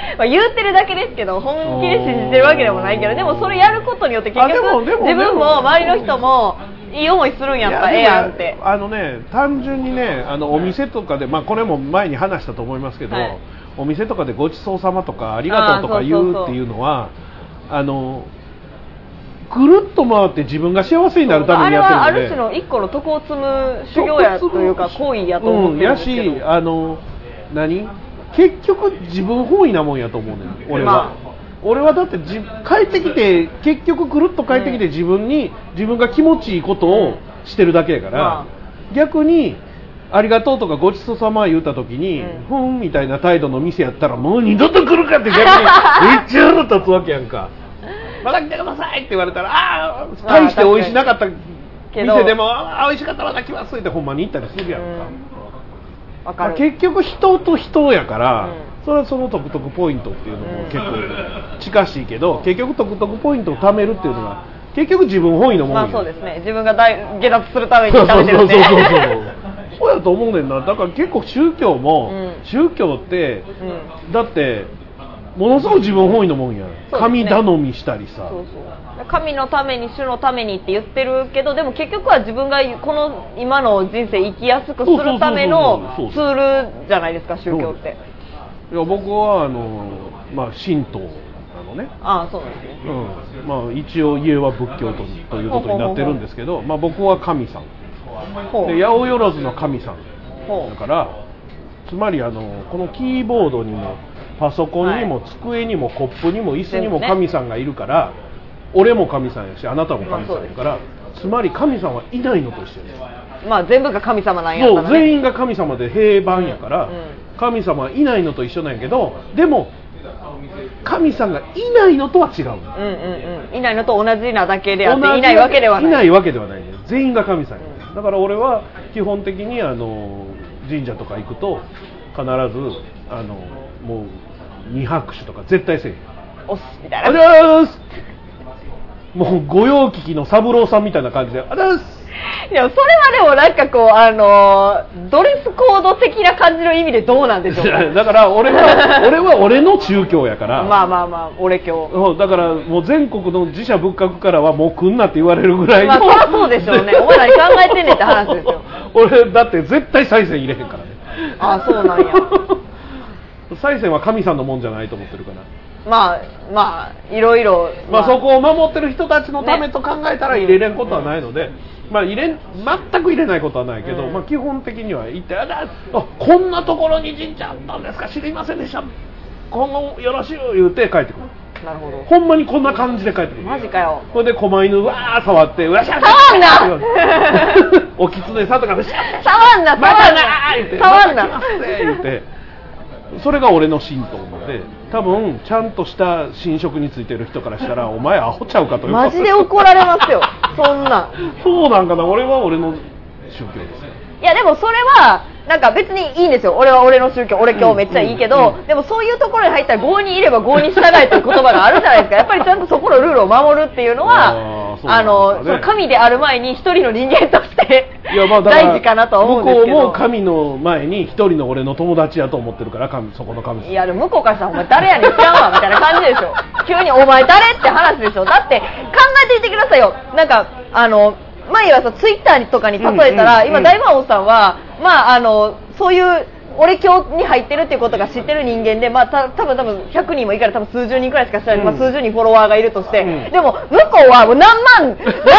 まあ言うてるだけですけど本気で信じてるわけでもないけど、でもそれやることによって結局自分も周りの人もいい思いするんやったらええやんって。 あのね、単純にね、あのお店とかで、まあ、これも前に話したと思いますけど、はい、お店とかでごちそうさまとかありがとうとか言うっていうのは、あのぐるっと回って自分が幸せになるためにやってるので、 あれはある種の一個の徳を積む修行やというか行為やと思ってるんですけど、 うん、やし、あの何結局自分本位なもんやと思うねん俺は、まあ、俺はだってじ帰ってきて結局くるっと帰ってきて自分に、うん、自分が気持ちいいことをしてるだけやから、まあ、逆にありがとうとかごちそうさま言った時に、うん、ふんみたいな態度の店やったらもう二度と来るかって逆にめっちゃ腹立つわけやんか。また来てくださいって言われたら、ああ大して美味しなかった店でもあ美味しかったらまた来ますってほんまに言ったりするやんか、うん、わかる。まあ、結局人と人やから、うん、それはそのトクトクポイントっていうのも結構近しいけど、結局トクトクポイントを貯めるっていうのは結局自分本位のものや。 まあそうですね、自分が大下脱するために貯めてるんでそうそうそうそうそうやと思うねんな。だから結構宗教も、うん、宗教って、うん、だってものすごく自分本位のもんや、ね、神頼みしたりさ、そうそう神のために主のためにって言ってるけど、でも結局は自分がこの今の人生生きやすくするためのツールじゃないですか宗教って。 いや僕はあの、まあ、神道なのね。 ああそうなんですね、 うんまあ、一応家は仏教とということになってるんですけど、まあ、僕は神さんで八百万の神さんだから、つまりあのこのキーボードにもパソコンにも机にもコップにも椅子にも神さんがいるから、ね、俺も神さんやしあなたも神さんやから、まあ、つまり神さんはいないのと一緒です。 まあ全部が神様なんやからね。 そう全員が神様で平板やから、うんうん、神様はいないのと一緒なんやけど、でも神さんがいないのとは違う、うんうんうん、いないのと同じなだけであっていないわけではない。 いないわけではないね。全員が神さんや、うん、だから俺は基本的にあの神社とか行くと必ずあのもう二拍手とか絶対せえへん。 おっすみたいな。 ありがとうございます。もう御用聞きの三郎さんみたいな感じでありがとうございます。 いやそれはでもなんかこうあのドレスコード的な感じの意味でどうなんでしょうか。 だから俺は俺は俺の宗教やからまあまあまあ俺教だからもう全国の寺社仏閣からはもう来んなって言われるぐらいの、 まあそりゃそうでしょうねお前何考えてんねんって話ですよ俺だって絶対賽銭入れへんからね。 ああそうなんや賽銭は神さんのもんじゃないと思ってるから、 まあまあいろいろ、 まあ、そこを守ってる人たちのためと考えたら入れれんことはないので、ねうん、まあ入れ全く入れないことはないけど、うんまあ、基本的には行ってああこんなところに神社あったんですか知りませんでした、今後よろしゅう言うて帰ってくる。 なるほど。 ほんまにこんな感じで帰ってくる。 マジかよ。 これで狛犬わー触ってうわしゃ触んなおきつねさとかで触んな触んな触んな言ってそれが俺の神道なので、多分ちゃんとした神職についてる人からしたらお前アホちゃうかというマジで怒られますよそんなそうなんかな。俺は俺の宗教ですね。 いやでもそれはなんか別にいいんですよ。俺は俺の宗教俺今日めっちゃいいけど、うんうんうん、でもそういうところに入ったら郷にいれば郷に従えという言葉があるじゃないですか。やっぱりちゃんとそこのルールを守るっていうのはああの、ね、その神である前に一人の人間としていやまあ大事かなとは思うんですけど、 向こうも神の前に一人の俺の友達やと思ってるから神そこの神様。 いやでも向こうからしたらお前誰やねん知らんわみたいな感じでしょ急にお前誰って話でしょ。だって考えてみてくださいよ。なんかあの前はさツイッターとかに例えたら、うんうんうん、今大魔王さんはまああのそういう俺教に入ってるっていうことが知ってる人間で、まあた多分多分ひゃくにんもいいから多分数十人くらいしか知らない、うんまあ、数十人フォロワーがいるとして、うん、でも向こうはもう何万何千万とフォロワ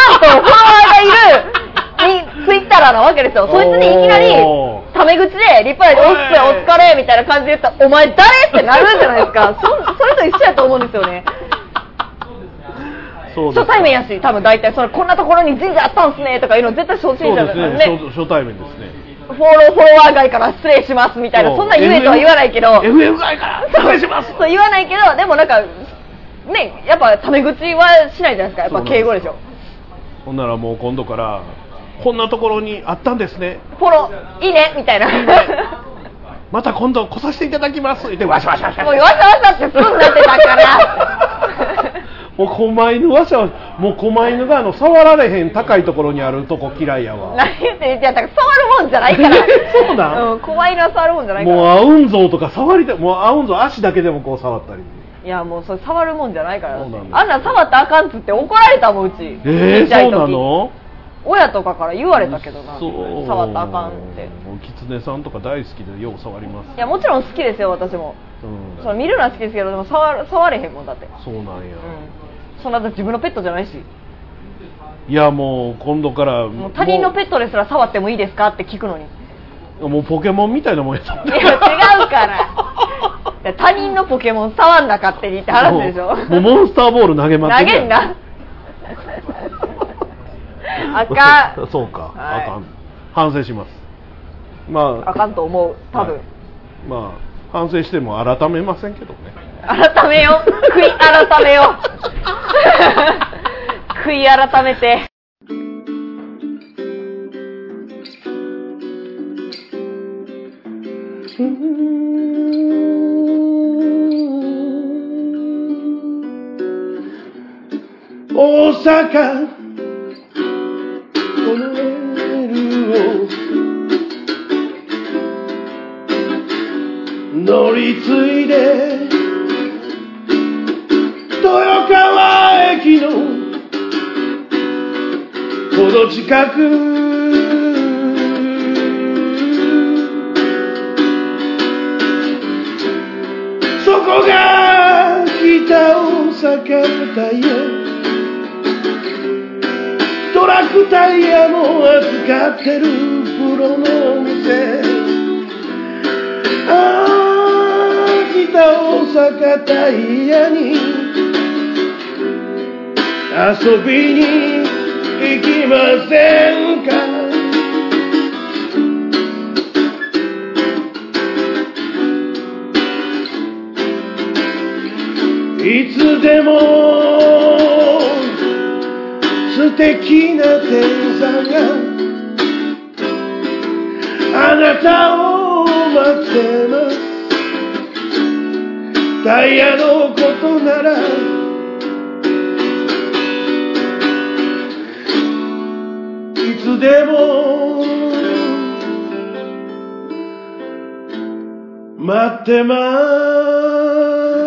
ーがいるにツイッターなわけですよ。そいつにいきなりタメ口でリプライでおっすお疲れみたいな感じで言ったらお前誰ってなるんじゃないですか。そ, それと一緒やと思うんですよね。初対面やし多分大体それこんなところに神社あったんすねとかいうの絶対初心者だからね。 そうですね 初, 初対面ですね。 フォローフォロワー外から失礼しますみたいな そ, そんな言えとは言わないけどエフエム 外から失礼しますそう言わないけどでもなんかねやっぱタメ口はしないじゃないですか。やっぱ敬語でしょ。 ほんならもう今度からこんなところにあったんですねフォローいいねみたいなまた今度来させていただきますってわしゃわしゃわしゃもうわしゃわしゃってすんなってたからもう狛犬わしゃもう狛犬があの触られへん高いところにあるとこ嫌いやわ。 何言っって言ってやったら触るもんじゃないからそうだ、 うん、怖いな触るもんじゃないからもうアウンゾウとか触りたい、もうアウンゾウ足だけでもこう触ったり、 いやもうそれ触るもんじゃないから、あんな触ったらあかんっつって怒られたもんうち。 えー、そうなの？ 親とかから言われたけどな、触ったらあかんって。 もうキツネさんとか大好きでよう触ります。 いやもちろん好きですよ私も、うん、それ見るのは好きですけど、でも触触れへんもんだって。 そうなんや、うん、 そんな自分のペットじゃないし。 いやもう今度からもう他人のペットですら触ってもいいですかって聞くのに、 もうポケモンみたいなもんやった。 いや違うから他人のポケモン触んな勝手にって話でしょ。 もうモンスターボール投げまくって投げんなあかんそうか、 はい、 あかん、反省します。まああかんと思う多分、はい、 まあ反省しても改めませんけどね。 改めよ悔い改めよ悔い改めて。 大阪このメールを乗り継いで豊川駅のほど近く、そこが北大阪タイヤ、トラックタイヤも扱ってるプロの店、ああ北大阪タイヤに遊びに行きませんか。いつでも素敵な店さんがあなたを待ってます。タイヤのことならいつでも待ってます。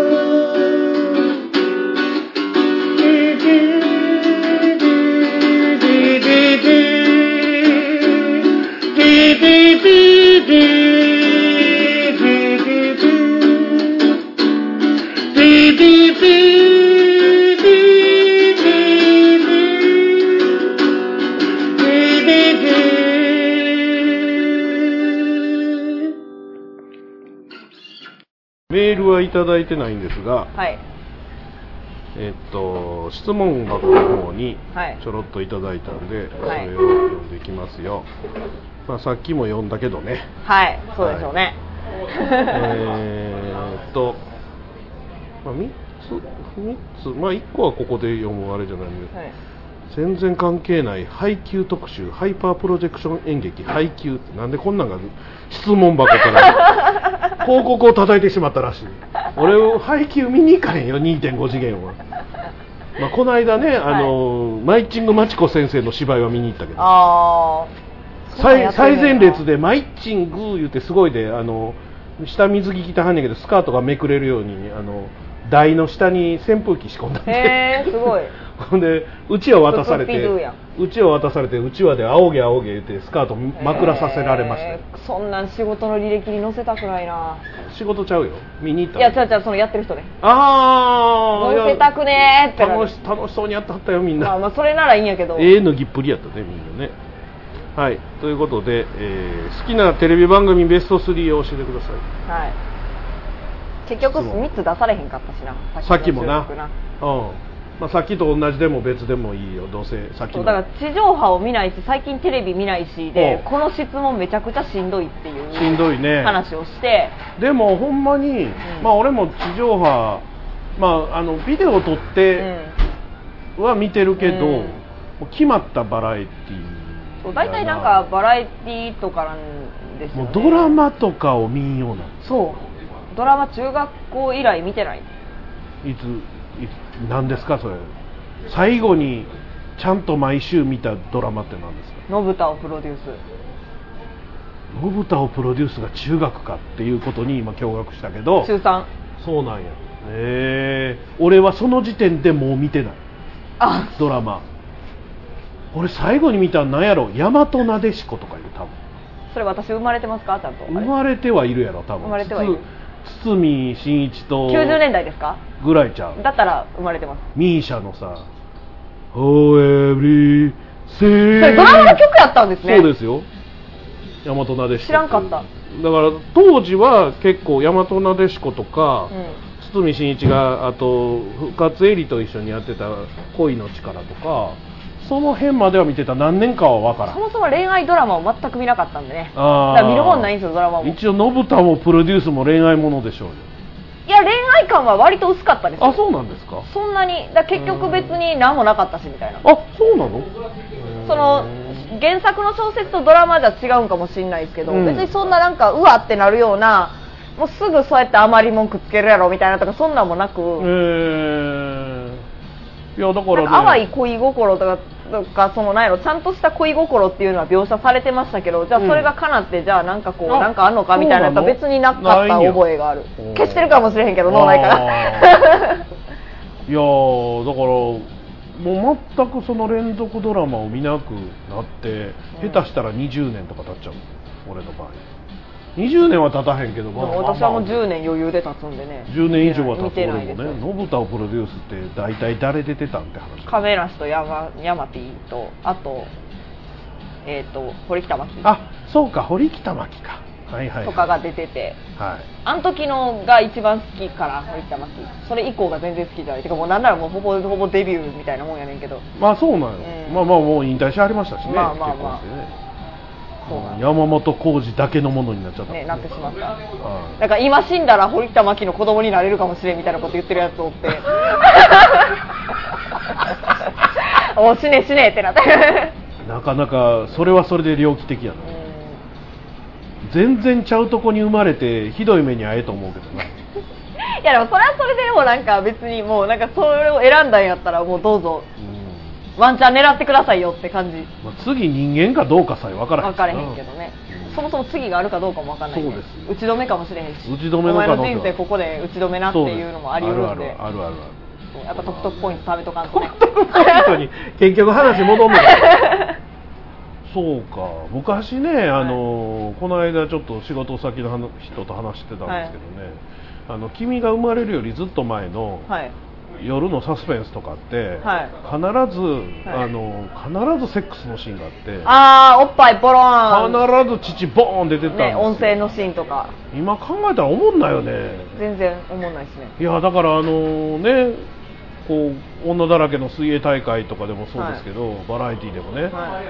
メールはいただいてないんですが、 はい、 えっと質問箱の方にちょろっといただいたんで、はい、それを読んでいきますよ。まあ、さっきも読んだけどね。 はい、そうでしょうね。 はい、えっと、まあ、みっつ、みっつ、まあいっこはここで読むあれじゃないんです、はい、全然関係ない配給特集、ハイパープロジェクション演劇配給ってなんでこんなんが質問箱から広告を叩いてしまったらしい。俺配給見に行かへんよ にてんご 次元は。まあ、この間ね、あの、はい、マイチングマチコ先生の芝居は見に行ったけど、あ最, 最前列でマイチング言ってすごいで、あの下水着着たはんねんけどスカートがめくれるようにあの台の下に扇風機仕込んだんで、 へーすごいほんでうちわ渡されてうちわ渡されてうちわで仰げ仰げ言ってスカートまくらさせられましたよ。 そんなん仕事の履歴に載せたくないな。 仕事ちゃうよ、見に行った。 いやちゃうちゃう、そのやってる人ね。 ああ載せたくねーって楽し楽しそうにやってはったよみんな。 まあまあそれならいいんやけど、 ええ脱ぎっぷりやったねみんなね。はい、ということで、えー、好きなテレビ番組ベストスリーを教えてください。はい。 結局みっつ出されへんかったしな。 さっきもな。うん。まあさっきと同じでも別でもいいよ。どうせさっきの。 だから地上波を見ないし最近テレビ見ないしで、この質問めちゃくちゃしんどいっていうしんどいね話をして。 でもほんまに、うん、まあ俺も地上波、まああのビデオ撮っては見てるけど、うん、もう決まったバラエティー。 そう大体なんかバラエティーとかなんですよね。 もうドラマとかを見んような。 そうドラマ中学校以来見てない。 いついつ何ですかそれ。最後にちゃんと毎週見たドラマって何ですか？ のぶたをプロデュース。 のぶたをプロデュースが中学かっていうことに今驚愕したけど。 中さん。 そうなんや。えー、俺はその時点でもう見てない。 あ、 ドラマ。俺最後に見たの何やろ、大和なでしことかいう多分。 それ私生まれてますか？ちゃんと。 生まれてはいるやろ多分。 生まれてはいる。 堤真一ときゅうじゅうねんだいですか？ ぐらいちゃう。 だったら生まれてます。 ミーシャのさ Oh every それドラマの曲やったんですね。 そうですよ。大和なでしこ。 知らんかった。だから当時は結構大和なでしことか、 うん、 堤真一があと深津絵里と一緒にやってた恋の力とか、その辺までは見てた。何年かは分からん。 そもそも恋愛ドラマを全く見なかったんでね。 あだから見るもんないんですよ、ドラマも。 一応のぶたもプロデュースも恋愛ものでしょうよ。 いや、恋愛感は割と薄かったですよ。 あ、そうなんですか。 そんなに。だ結局別に何もなかったしみたいな。 あ、そうなの？ その原作の小説とドラマじゃ違うんかもしれないですけど、 うん、 別にそんななんかうわってなるような、もうすぐそうやって余り文句つけるやろみたいなとかそんなんもなく、 えー、いやだからね、 淡い恋心とかとかそのなんやろ、ちゃんとした恋心っていうのは描写されてましたけど、じゃあそれが叶って、うん、じゃあなんかこうなんかあんのかみたいなのが別になかった覚えがある。消してるかもしれへんけど脳内からいやーだからもう全くその連続ドラマを見なくなって、うん、下手したらにじゅうねんとか経っちゃう。俺の場合にじゅうねんは経たへんけど、まあ、 私はもうじゅうねん余裕で経つんでね。 じゅうねん以上は経つ。俺もね、のぶたをプロデュースって大体誰出てたんって話。 亀梨と山山 P とあとえっ、ー、と堀北真希。 あ、そうか、堀北真希か。はいはいはい、 とかが出てて、 はい、 あの時のが一番好きから堀北真希。それ以降が全然好きじゃない。てかもうなんならもうほぼほぼデビューみたいなもんやねんけど。 まあそうなんよ、うん、まあまあもう引退しはりましたしね。 まあまあまあ、 ね、そう山本浩二だけのものになっちゃった、 ね、なってしまった。だから今死んだら堀北真希の子供になれるかもしれんみたいなこと言ってるやつおってお死ね死ねってなってなかなかそれはそれで猟奇的やな、うん、全然ちゃうとこに生まれてひどい目に遭えと思うけどな。 いやでもそれはそれでもなんか別にもうなんかそれを選んだんやったらもうどうぞ、うん、ワンチャン狙ってくださいよって感じ、 まあ、次人間かどうかさえ分からへん分からへんけどね、うん、そもそも次があるかどうかも分からない、ね、 そうです打ち止めかもしれへんし、 打ち止めのお前の人生ここで打ち止めなっていうのもあり得るんで、 あるあるあるあるある、 やっぱ得得ポイント貯めとかんとね。 得得ポイントに結局話戻んのかそうか、昔ね、あの、はい、この間ちょっと仕事先の人と話してたんですけどね、はい、あの君が生まれるよりずっと前の、はい、夜のサスペンスとかって、はい、必ず、はい、あの必ずセックスのシーンがあって、 あーおっぱいボローン、必ず乳ボーン出てたんですよ、 ね、音声のシーンとか。 今考えたら思んないよね。 全然思んないですね。 いやだからあのね、こう女だらけの水泳大会とかでもそうですけど、はい、バラエティでもね、はい、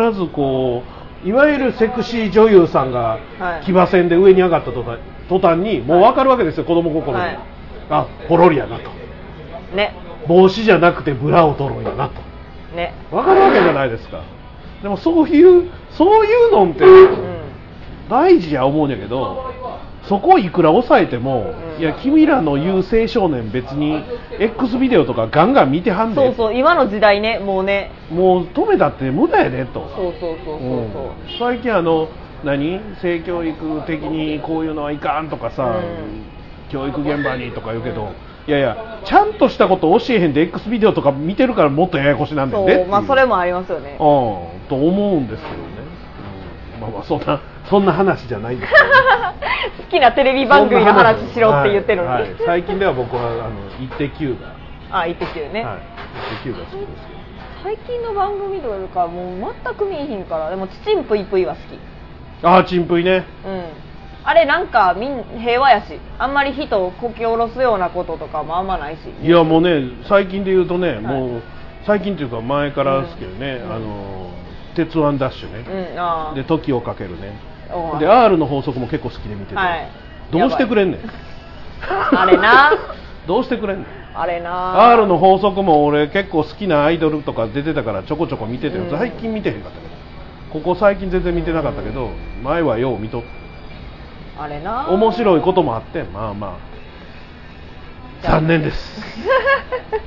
必ずこういわゆるセクシー女優さんが騎馬戦で上に上がった途端、途端にもう分かるわけですよ、子供心で、はい、あ、ポロリやなと、 ね、 帽子じゃなくてブラを取るんやなと、 ね、 分かるわけじゃないですか。でもそういうそういうのって、うん、大事や思うんやけど、そこをいくら抑えても、うん、いや君らの言う青少年別に X ビデオとかガンガン見てはんねん。 そうそう、今の時代ね、もうね、 もう止めたって無駄やねと。 そうそうそうそうそう、うん、 最近あの何性教育的にこういうのはいかんとかさ、うん、教育現場にとか言うけど、いやいやちゃんとしたこと教えへんで X ビデオとか見てるからもっとややこしなんだよね。 そう、まあそれもありますよね。 うん、と思うんですけどね。うん、まあまあそんなそんな話じゃないんですけど、ね、 好きなテレビ番組の話しろって言ってるのに、はいはい、 最近では僕はあのイッテ Q が、 あ、イッテ Q ね、 はい、イッテ Q が好きですけど、 最近の番組というかもう全く見えへんから。でもチチンプイプイは好き。 ああ、チンプイね、 うん、あれなんかみん平和やし、あんまり人をこき下ろすようなこととかもあんまないし。 いやもうね、最近で言うとね、はい、もう最近というか前からですけどね、うん、あの鉄腕ダッシュね、うん、あで時をかけるねで アール の法則も結構好きで見てて、はい、どうしてくれんねんあれなどうしてくれんねんあれなアール の法則も俺結構好きなアイドルとか出てたからちょこちょこ見てて、うん、最近見てへんかったけど、ここ最近全然見てなかったけど、前はよう見とったあれな。 面白いこともあって、まあまあ残念です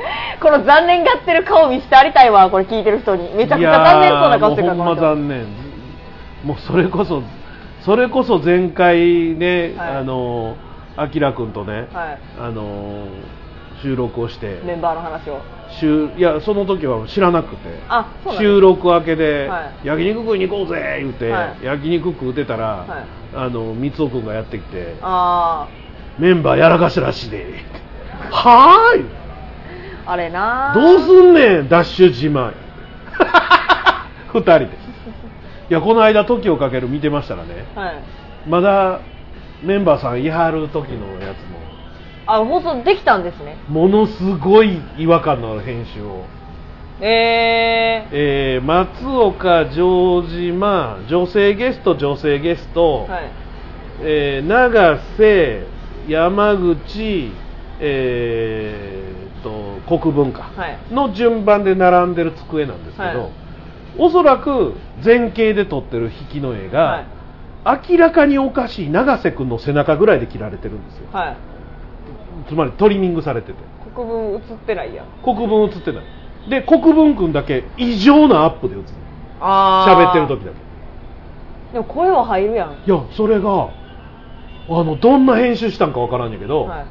この残念がってる顔見してありたいわ、これ聞いてる人に。めちゃくちゃ残念そうな顔してるから。 もうほんま残念。もうそれこそそれこそ前回ね、はい、あのあきらくんとね、はい、あの収録をしてメンバーの話をいやその時は知らなくて、あそうなんです、収録明けで、はい、焼肉食いに行こうぜ言って、はい、焼肉食うてたら、はい、あの三尾くんがやってきて、あメンバーやらかしたらしいではーいあれなどうすんねんダッシュ島ふたりでいやこの間時をかける見てましたらね、はい、まだメンバーさんいはる時のやつもあ放送できたんですね。 ものすごい違和感のある編集をえー、 えー、松岡城島女性ゲスト女性ゲスト、はい、えー、永瀬山口えー、と国文化の順番で並んでる机なんですけど、はい、おそらく前景で撮ってる引きの絵が、はい、明らかにおかしい永瀬君の背中ぐらいで切られてるんですよ、はい、つまりトリミングされてて国文映ってないやん。 国文映ってないで国文君だけ異常なアップで映る喋ってる時だけ。 でも声は入るやん。 いやそれがあのどんな編集したんかわからんやけど、はい、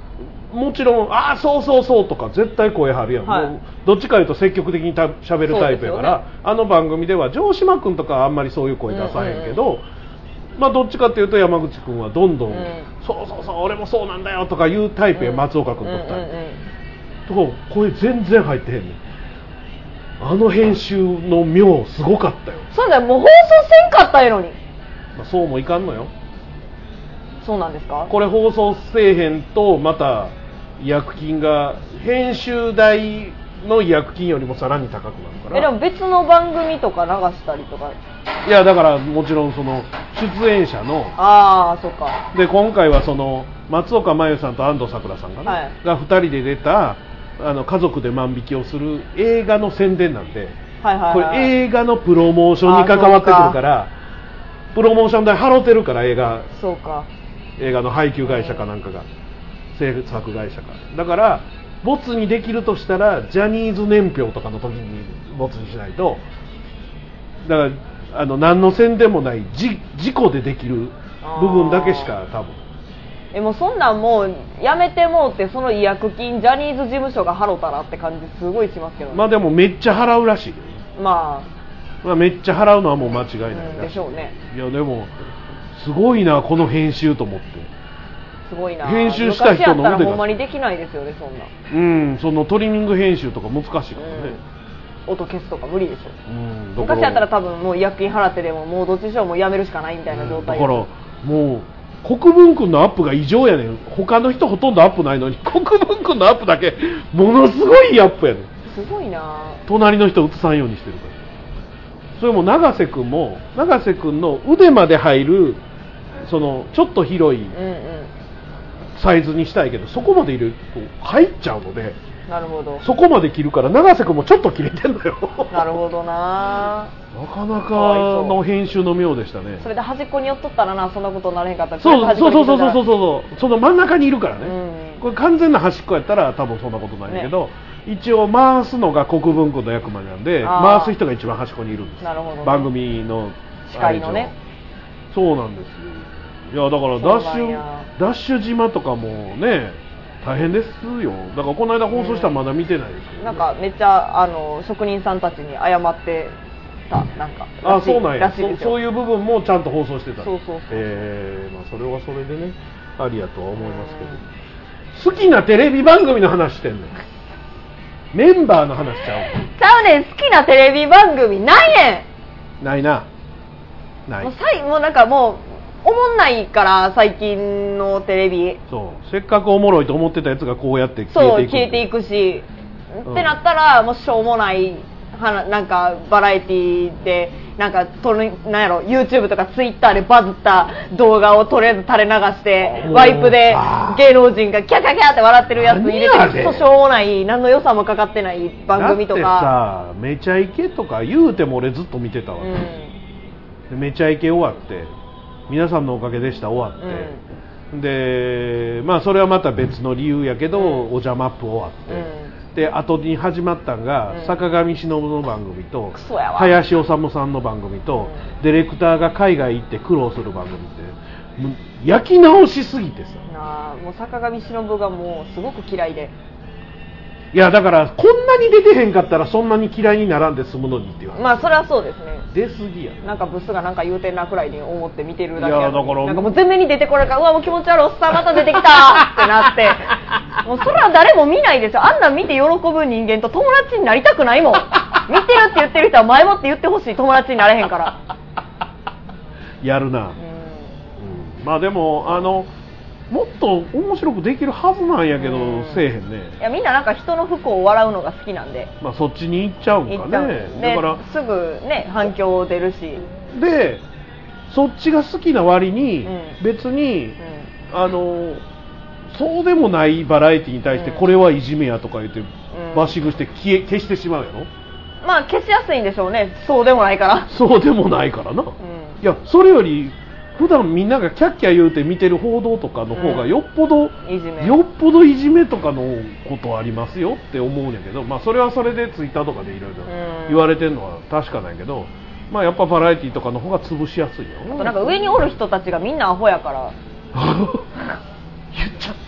もちろんああそうそうそうとか絶対声張るやん、はい、もうどっちかいうと積極的にた喋るタイプやから、ね、あの番組では城島君とかはあんまりそういう声出さへんけど、うんうんうん、まあどっちかっていうと山口君はどんどん、うん、そうそうそう俺もそうなんだよとかいうタイプや、うん、松岡君とったり、うんうんうん、とか声全然入ってへんねん。あの編集の妙すごかったよ。 そうだよもう放送せんかったやのに、 まあ、そうもいかんのよ。 そうなんですか。 これ放送せえへんとまた違約金が編集代の違約金よりもさらに高くなるから。 えでも別の番組とか流したりとか。 いやだからもちろんその出演者のああそっかで今回はその松岡真優さんと安藤サクラさんかな、はい、がふたりで出たあの家族で万引きをする映画の宣伝なんで、はいはいはい、これ映画のプロモーションに関わってくるからプロモーション代払ってるから映画そうか映画の配給会社かなんかが制作会社かだからボツにできるとしたらジャニーズ年表とかの時にボツにしないとだからあの何の宣伝もないじ事故でできる部分だけしか多分えもうそんなんもうやめてもうってその違約金ジャニーズ事務所が払ったらって感じすごいしますけど、ね、 まあでもめっちゃ払うらしい、 まあ、まあめっちゃ払うのはもう間違いないらしい、 うん、でしょうね。 いやでもすごいなこの編集と思ってすごいな編集した人の腕が昔やったらほんまにできないですよねそんなうんそのトリミング編集とか難しいからね、 うん、音消すとか無理でしょ、うん、昔やったら多分もう違約金払ってでももうどっちにしろもうやめるしかないみたいな状態、 うん、だからもう国分君のアップが異常やねん他の人ほとんどアップないのに国分君のアップだけものすごいアップやねんすごいな隣の人映さんようにしてるからそれも永瀬君も永瀬君の腕まで入るそのちょっと広いサイズにしたいけど、うんうん、そこまで入れると入っちゃうのでなるほどそこまで切るから永瀬君もちょっと切れてんのよなるほどななかなかの編集の妙でしたね。 それで端っこに寄っとったらなそんなことになれへんかったらそうそうそうそうそうそうそうその真ん中にいるからね、うん、これ完全な端っこやったら多分そんなことないけど、ね、一応回すのが国分君の役目なんで回す人が一番端っこにいるんです。 なるほど、ね、 番組の司会のねそうなんですよ。いやだからダッシュダッシュ島とかもね大変ですよ。だからこの間放送したらまだ見てないですけど、ね、 なんかめっちゃあの職人さんたちに謝ってたなんかあそうなんや そ, そういう部分もちゃんと放送してた。 そうそうそう、 えーまあ、それはそれでねありやとは思いますけど好きなテレビ番組の話してんのメンバーの話ちゃうちゃうねん好きなテレビ番組ないねんないなないもうさいもうなんかもうおもんないから最近のテレビそうせっかくおもろいと思ってたやつがこうやって消えていくそう消えていくし、うん、ってなったらもうしょうもないはなんかバラエティでなんかとなんやろ YouTube とか Twitter でバズった動画をとりあえず垂れ流してワイプで芸能人がキャキャキャって笑ってるやつ入れてるとしょうもない何の予算もかかってない番組とかだってさめちゃイケとか言うても俺ずっと見てたわけ、うん、めちゃイケ終わって皆さんのおかげでした終わって、うん、でまあそれはまた別の理由やけど、うん、おじゃマップ終わって、 で後に始まったんが、 うん、 坂上忍の番組とクソやわ林修さんの番組と、うん、ディレクターが海外行って苦労する番組ってもう焼き直しすぎてさなあもう坂上忍がもうすごく嫌いでいやだからこんなに出てへんかったらそんなに嫌いにならんで済むのにっていう話まあそれはそうですね出過ぎやなんかブスがなんか言うてんなくらいに思って見てるだけやいやだからなんかもう全面に出てこれからうわもう気持ち悪いおっさんまた出てきたってなってもうそれは誰も見ないですよあんなん見て喜ぶ人間と友達になりたくないもん見てるって言ってる人は前もって言ってほしい友達になれへんからやるな、うんうん、まあでもあのもっと面白くできるはずなんやけど、うん、せえへんねいやみんななんか人の不幸を笑うのが好きなんでまあそっちに行っちゃうんかねだからすぐね反響出るしでそっちが好きな割に、うん、別に、うん、あのそうでもないバラエティに対してこれはいじめやとか言って、うん、バッシングして消え消してしまうやろまあ消しやすいんでしょうねそうでもないからそうでもないからな、うん、いやそれより普段みんながキャッキャ言うて見てる報道とかの方がよっぽど、うん、いじめよっぽどいじめとかのことありますよって思うんやけど、まあそれはそれでツイッターとかでいろいろ言われてるのは確かなんやけど、まあやっぱバラエティとかの方が潰しやすいよ。 あとなんか上におる人たちがみんなアホやから言っちゃった。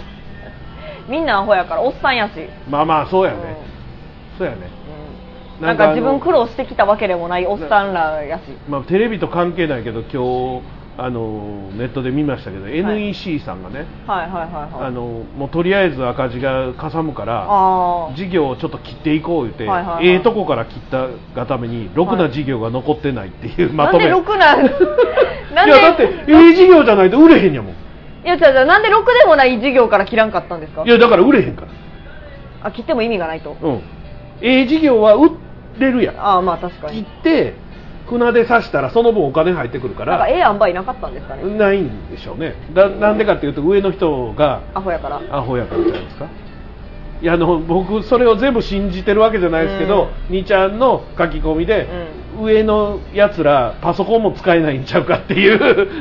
みんなアホやからおっさんやし。 まあまあそうやね。うん、そうやね。 うん、なんか自分苦労してきたわけでもないおっさんらやし。 まあテレビと関係ないけど今日。あのネットで見ましたけど、はい、エヌイーシー さんがね、 はいはいはいはい、 あのもうとりあえず赤字がかさむから事業をちょっと切っていこう言って、はいはいはい、ええとこから切ったがためにろくな事業が残ってないっていう、はい、まとめ。 なんでろくななんでいやだってええ事業じゃないと売れへんやもん。いや違う違うなんでろくでもない事業から切らんかったんですか。 いやだから売れへんから。 あ切っても意味がないと。 うん。ええ事業は売れるやん。 あまあ確かに。 切って船で刺したらその分お金入ってくるからなんかええ塩梅なかったんですかね。 ないんでしょうね。だなんでかっていうと上の人がアホやからアホやからじゃないですか。いやあの僕それを全部信じてるわけじゃないですけど、うん、にちゃんの書き込みで、うん、上のやつらパソコンも使えないんちゃうかっていう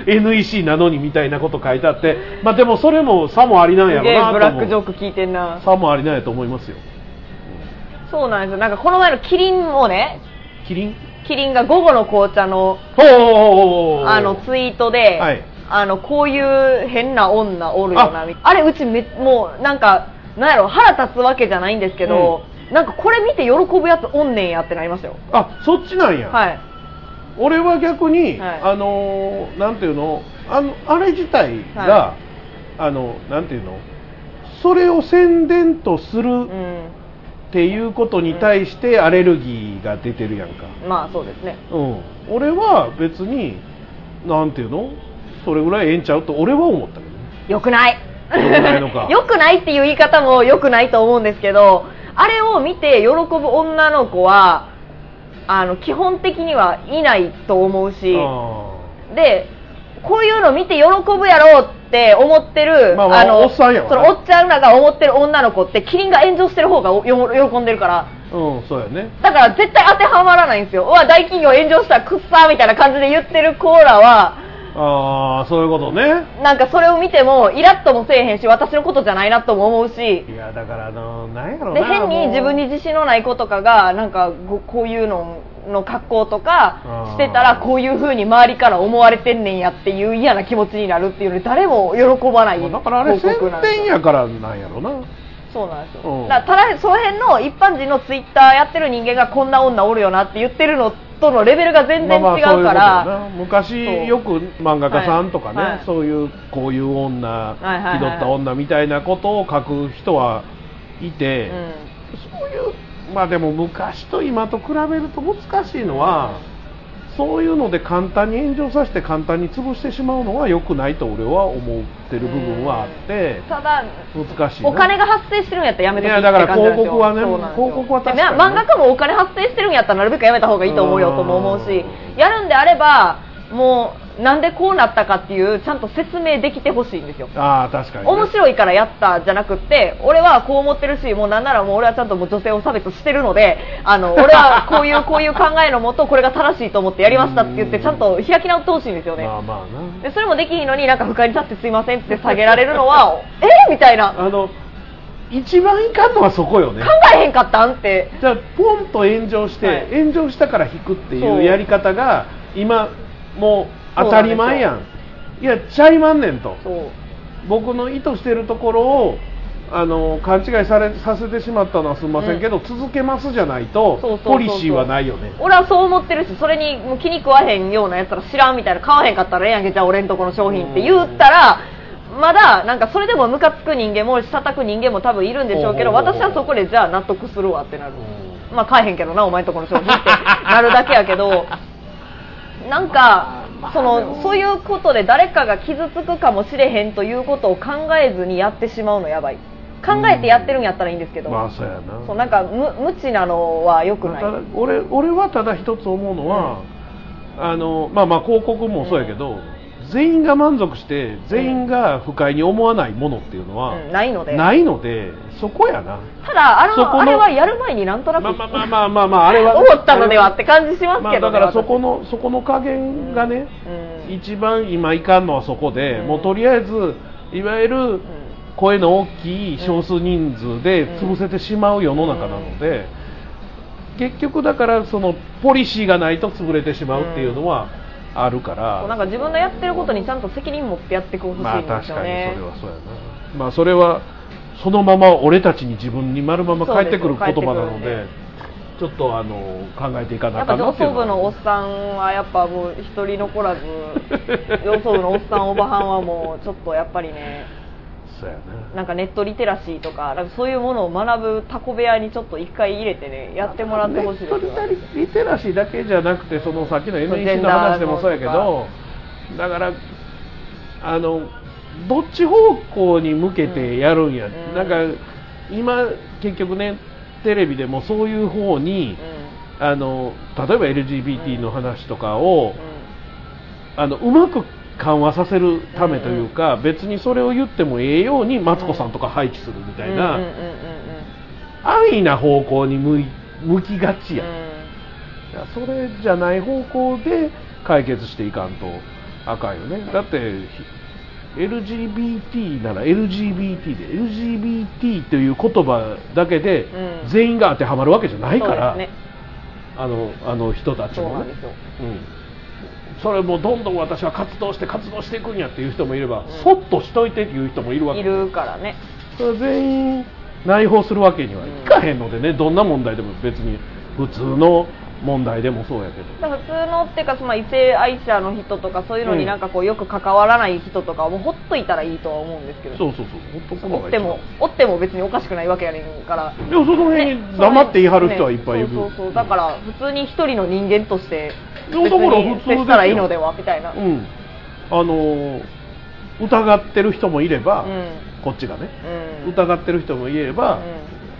エヌイーシー なのにみたいなこと書いてあって、まあでもそれも差もありなんやろうなと思う。 ブラックジョーク聞いてんな。 差もありなんやと思いますよ。 そうなんですよ。なんかこの前のキリンもね。 キリンキリンが午後の紅茶のあのツイートで、はい、あのこういう変な女おるよなみたいな。あれうちめもうなんかなんやろ腹立つわけじゃないんですけど、うん、なんかこれ見て喜ぶやつおんねんやってなりましたよ。 あそっちなんや。 はい。 俺は逆に、はい、あのなんていうのあのあれ自体が、はい、あのなんていうのそれを宣伝とする。うんっていうことに対してアレルギーが出てるやんか、 うん、まあそうですね、 うん、俺は別になんていうのそれぐらいええんちゃうと俺は思ったけどね。 よくないよくないのかよくないっていう言い方もよくないと思うんですけどあれを見て喜ぶ女の子はあの基本的にはいないと思うしでこういうの見て喜ぶやろうって思ってる、 まあまあ、あのおっさんやわ、ね、 そのおっちゃんらが思ってる女の子ってキリンが炎上してる方が喜んでるからうんそうやねだから絶対当てはまらないんですよ。うわ大企業炎上したらくっさーみたいな感じで言ってるコーラはああそういうことね。 なんかそれを見てもイラッともせえへんし私のことじゃないなとも思うしいやだからあのなんやろなで変に自分に自信のない子とかがなんかこういうのの格好とかしてたらこういう風に周りから思われてんねんやっていう嫌な気持ちになるっていうので誰も喜ばないだからあれ宣伝やからなんやろな。 そうなんですよ、うん、だからただその辺の一般人のツイッターやってる人間がこんな女おるよなって言ってるのとのレベルが全然違うから、まあまあそういうことな昔よく漫画家さんとかね、はいはい、そういうこういう女、はいはいはい、気取った女みたいなことを書く人はいて、うん、そういうまあでも昔と今と比べると難しいのは、うん、そういうので簡単に炎上させて簡単に潰してしまうのは良くないと俺は思ってる部分はあって、 うん、ただ難しいお金が発生してるんやったらやめてほしいって感じなんですよ。いやだから広告はね広告は確かに、ね、 漫画家もお金発生してるんやったらなるべくやめた方がいいと思うよとも思うしやるんであればもうなんでこうなったかっていうちゃんと説明できてほしいんですよ。 あー確かに、ね、 面白いからやったじゃなくって俺はこう思ってるしもうなんならもう俺はちゃんともう女性を差別してるのであの俺はこういうこういう考えのもとこれが正しいと思ってやりましたって言ってちゃんと開き直ってほしいんですよね。 まあまあなでそれもできひんのになんか不快に立ってすいませんって下げられるのはえー、みたいなあの一番いかんのはそこよね。 考えへんかったんって。 じゃあポンと炎上して、はい、炎上したから引くっていうやり方が今もう当たり前やん。いやちゃいまんねんと。僕の意図しているところをあの勘違いされさせてしまったのはすみませんけど、うん、続けますじゃないとポリシーはないよね。 俺はそう思ってるし、それにもう気に食わへんようなやつら知らんみたいな、買わへんかったらええやんけ、じゃあ俺んとこの商品って言ったら、まだなんかそれでもムカつく人間も叩く人間も多分いるんでしょうけど、私はそこでじゃあ納得するわってなる。まあ買えへんけどな、お前んとこの商品ってなるだけやけど、なんかそのそういうことで誰かが傷つくかもしれへんということを考えずにやってしまうのやばい。考えてやってるんやったらいいんですけど、 まあそうやな。 そうなんか無無知なのは良くない。 俺俺はただ一つ思うのは、うん、あのまあまあ広告もそうやけど、うん、全員が満足して全員が不快に思わないものっていうのは、 うん、ないのでないのでそこやな。 ただあのあれはやる前になんとなくまあまあまあまあまあ、まあ、あれは思ったのではって感じしますけどね。 まあ、だからそこのそこの加減がね、うん、一番今いかんのはそこで、うん、もうとりあえずいわゆる、うん声の大きい少数人数で潰せてしまう世の中なので、うん、結局だからそのポリシーがないと潰れてしまうっていうのはあるから、 うん、なんか自分のやってることにちゃんと責任持ってやってほしいんですよね。 まあ確かにそれはそうやな。まあそれはそのまま俺たちに自分に丸まま返ってくる言葉なので、ちょっとあの考えていかなきゃなっていうのは。 やっぱ上層部のおっさんはやっぱもう一人残らず上層部のおっさんおばはんはもうちょっとやっぱりねなんかネットリテラシーとか、なんかそういうものを学ぶタコ部屋にちょっと一回入れてねやってもらってほしいですよ。 ネットリテラシーだけじゃなくて、そのさっきの エヌイーシー の話でもそうやけど、だからあのどっち方向に向けてやるんや、うん、なんか今結局ねテレビでもそういう方に、うん、あの例えば エルジービーティー の話とかを、うん、あのうまく緩和させるためというか、うんうん、別にそれを言ってもええようにマツコさんとか配置するみたいな安易な方向に向い向きがちや、うん、やそれじゃない方向で解決していかんとあかんよね。だって エルジービーティー なら エルジービーティー で エルジービーティー という言葉だけで全員が当てはまるわけじゃないから、うんね、あのあの人たちもね。それもどんどん私は活動して活動していくんやっていう人もいれば、うん、そっとしといてっていう人もいるわけいるからね。 それ全員内包するわけにはいかへんのでね、うん、どんな問題でも別に普通の問題でもそうやけど、 普通のっていうか、まあ、異性愛者の人とかそういうのになんかこうよく関わらない人とかはもうほっといたらいいとは思うんですけど、 そうそうそう、ほっとくのがいい。 おってもおっても別におかしくないわけやねんから。 でもその辺に黙って言い張る人はいっぱいいる、ね、 そうそうそう、だから普通に一人の人間として別に接したらいいのではみたいな、 うん、あの疑ってる人もいれば、うん、こっちがね、うん、疑ってる人もいれば、うん、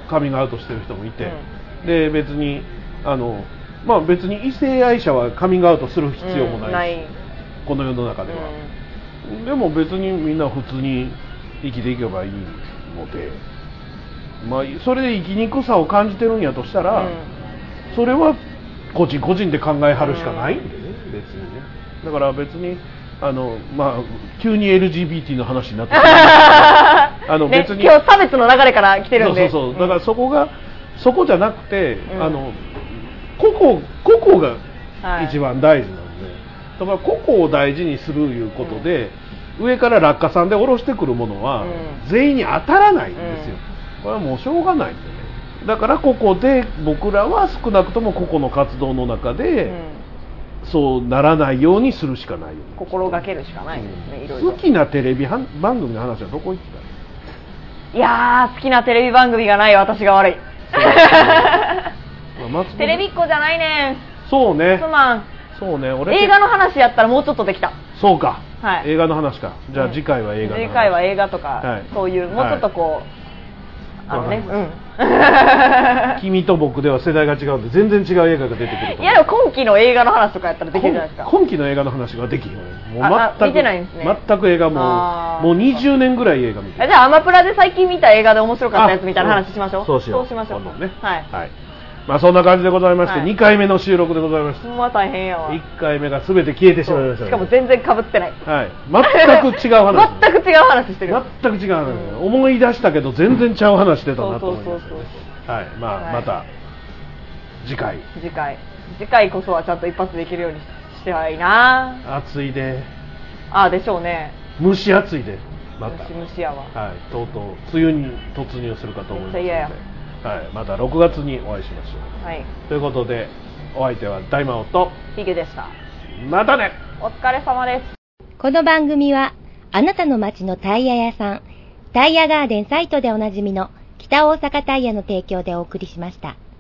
カミングアウトしてる人もいて、うん、で別にあのまあ別に異性愛者はカミングアウトする必要もないし、うん、ないこの世の中では、うん、でも別にみんな普通に生きていけばいいので、まあ、それで生きにくさを感じてるんやとしたら、うん、それは個人個人で考えはるしかないんでね、うん、別にね。だから別にあの、まあ、急に エルジービーティー の話になってあの別に、 ね、今日差別の流れから来てるんで、 そうそうそう、だからそこが、うん、そこじゃなくて、うん、あの個々、個々が一番大事なので、はい、だから個々を大事にするいうことで、うん、上から落下さんで下ろしてくるものは、うん、全員に当たらないんですよ、うん、これはもうしょうがないんでね。だからここで僕らは少なくとも個々の活動の中で、うん、そうならないようにするしかないよ、 心がけるしかないですね、うん、いろいろ。 好きなテレビ番組の話はどこ行った？ いやー、好きなテレビ番組がない私が悪いテレビっ子じゃないねん。 そうね、 すまん。 そうね、俺映画の話やったらもうちょっとできた。 そうか、 はい、 映画の話か。じゃあ次回は映画の話、うん、次回は映画とか、はい、そういうもうちょっとこう、はい、あのね、うん、君と僕では世代が違うんで全然違う映画が出てくると思う。 いやでも今期の映画の話とかやったらできるじゃないですか。 今期の映画の話ができる。もう全く見てないんですね。 全く映画もうもうにじゅうねんぐらい映画見てる。 じゃあアマプラで最近見た映画で面白かったやつみたいな話しましょう。 そうしよう。 そうしましょう。 今度ね。 はい。 はい。 まあそんな感じでございまして、 はい、 にかいめの収録でございました。 ほんま大変やわ。 いっかいめが全て消えてしまいました、ね、 しかも全然被ってない。 はい。全く違う話。 全く違う話してる。 全く違う話、うん、思い出したけど全然ちゃう話してたなと思います、ね。はい。まあ、はい、また次回。 次回。次回こそはちゃんと一発できるようにしてはいいな。 暑いで。 ああでしょうね。 蒸し暑いで。また。 蒸し蒸しやわ。 はい。とうとう梅雨に突入するかと思いますので。 めっちゃ嫌や。 はい、またろくがつにお会いしましょう。はい、ということでお相手は大魔王とヒゲでした。 またね。 お疲れ様です。 この番組はあなたの街のタイヤ屋さんタイヤガーデンサイトでおなじみの北大阪タイヤの提供でお送りしました。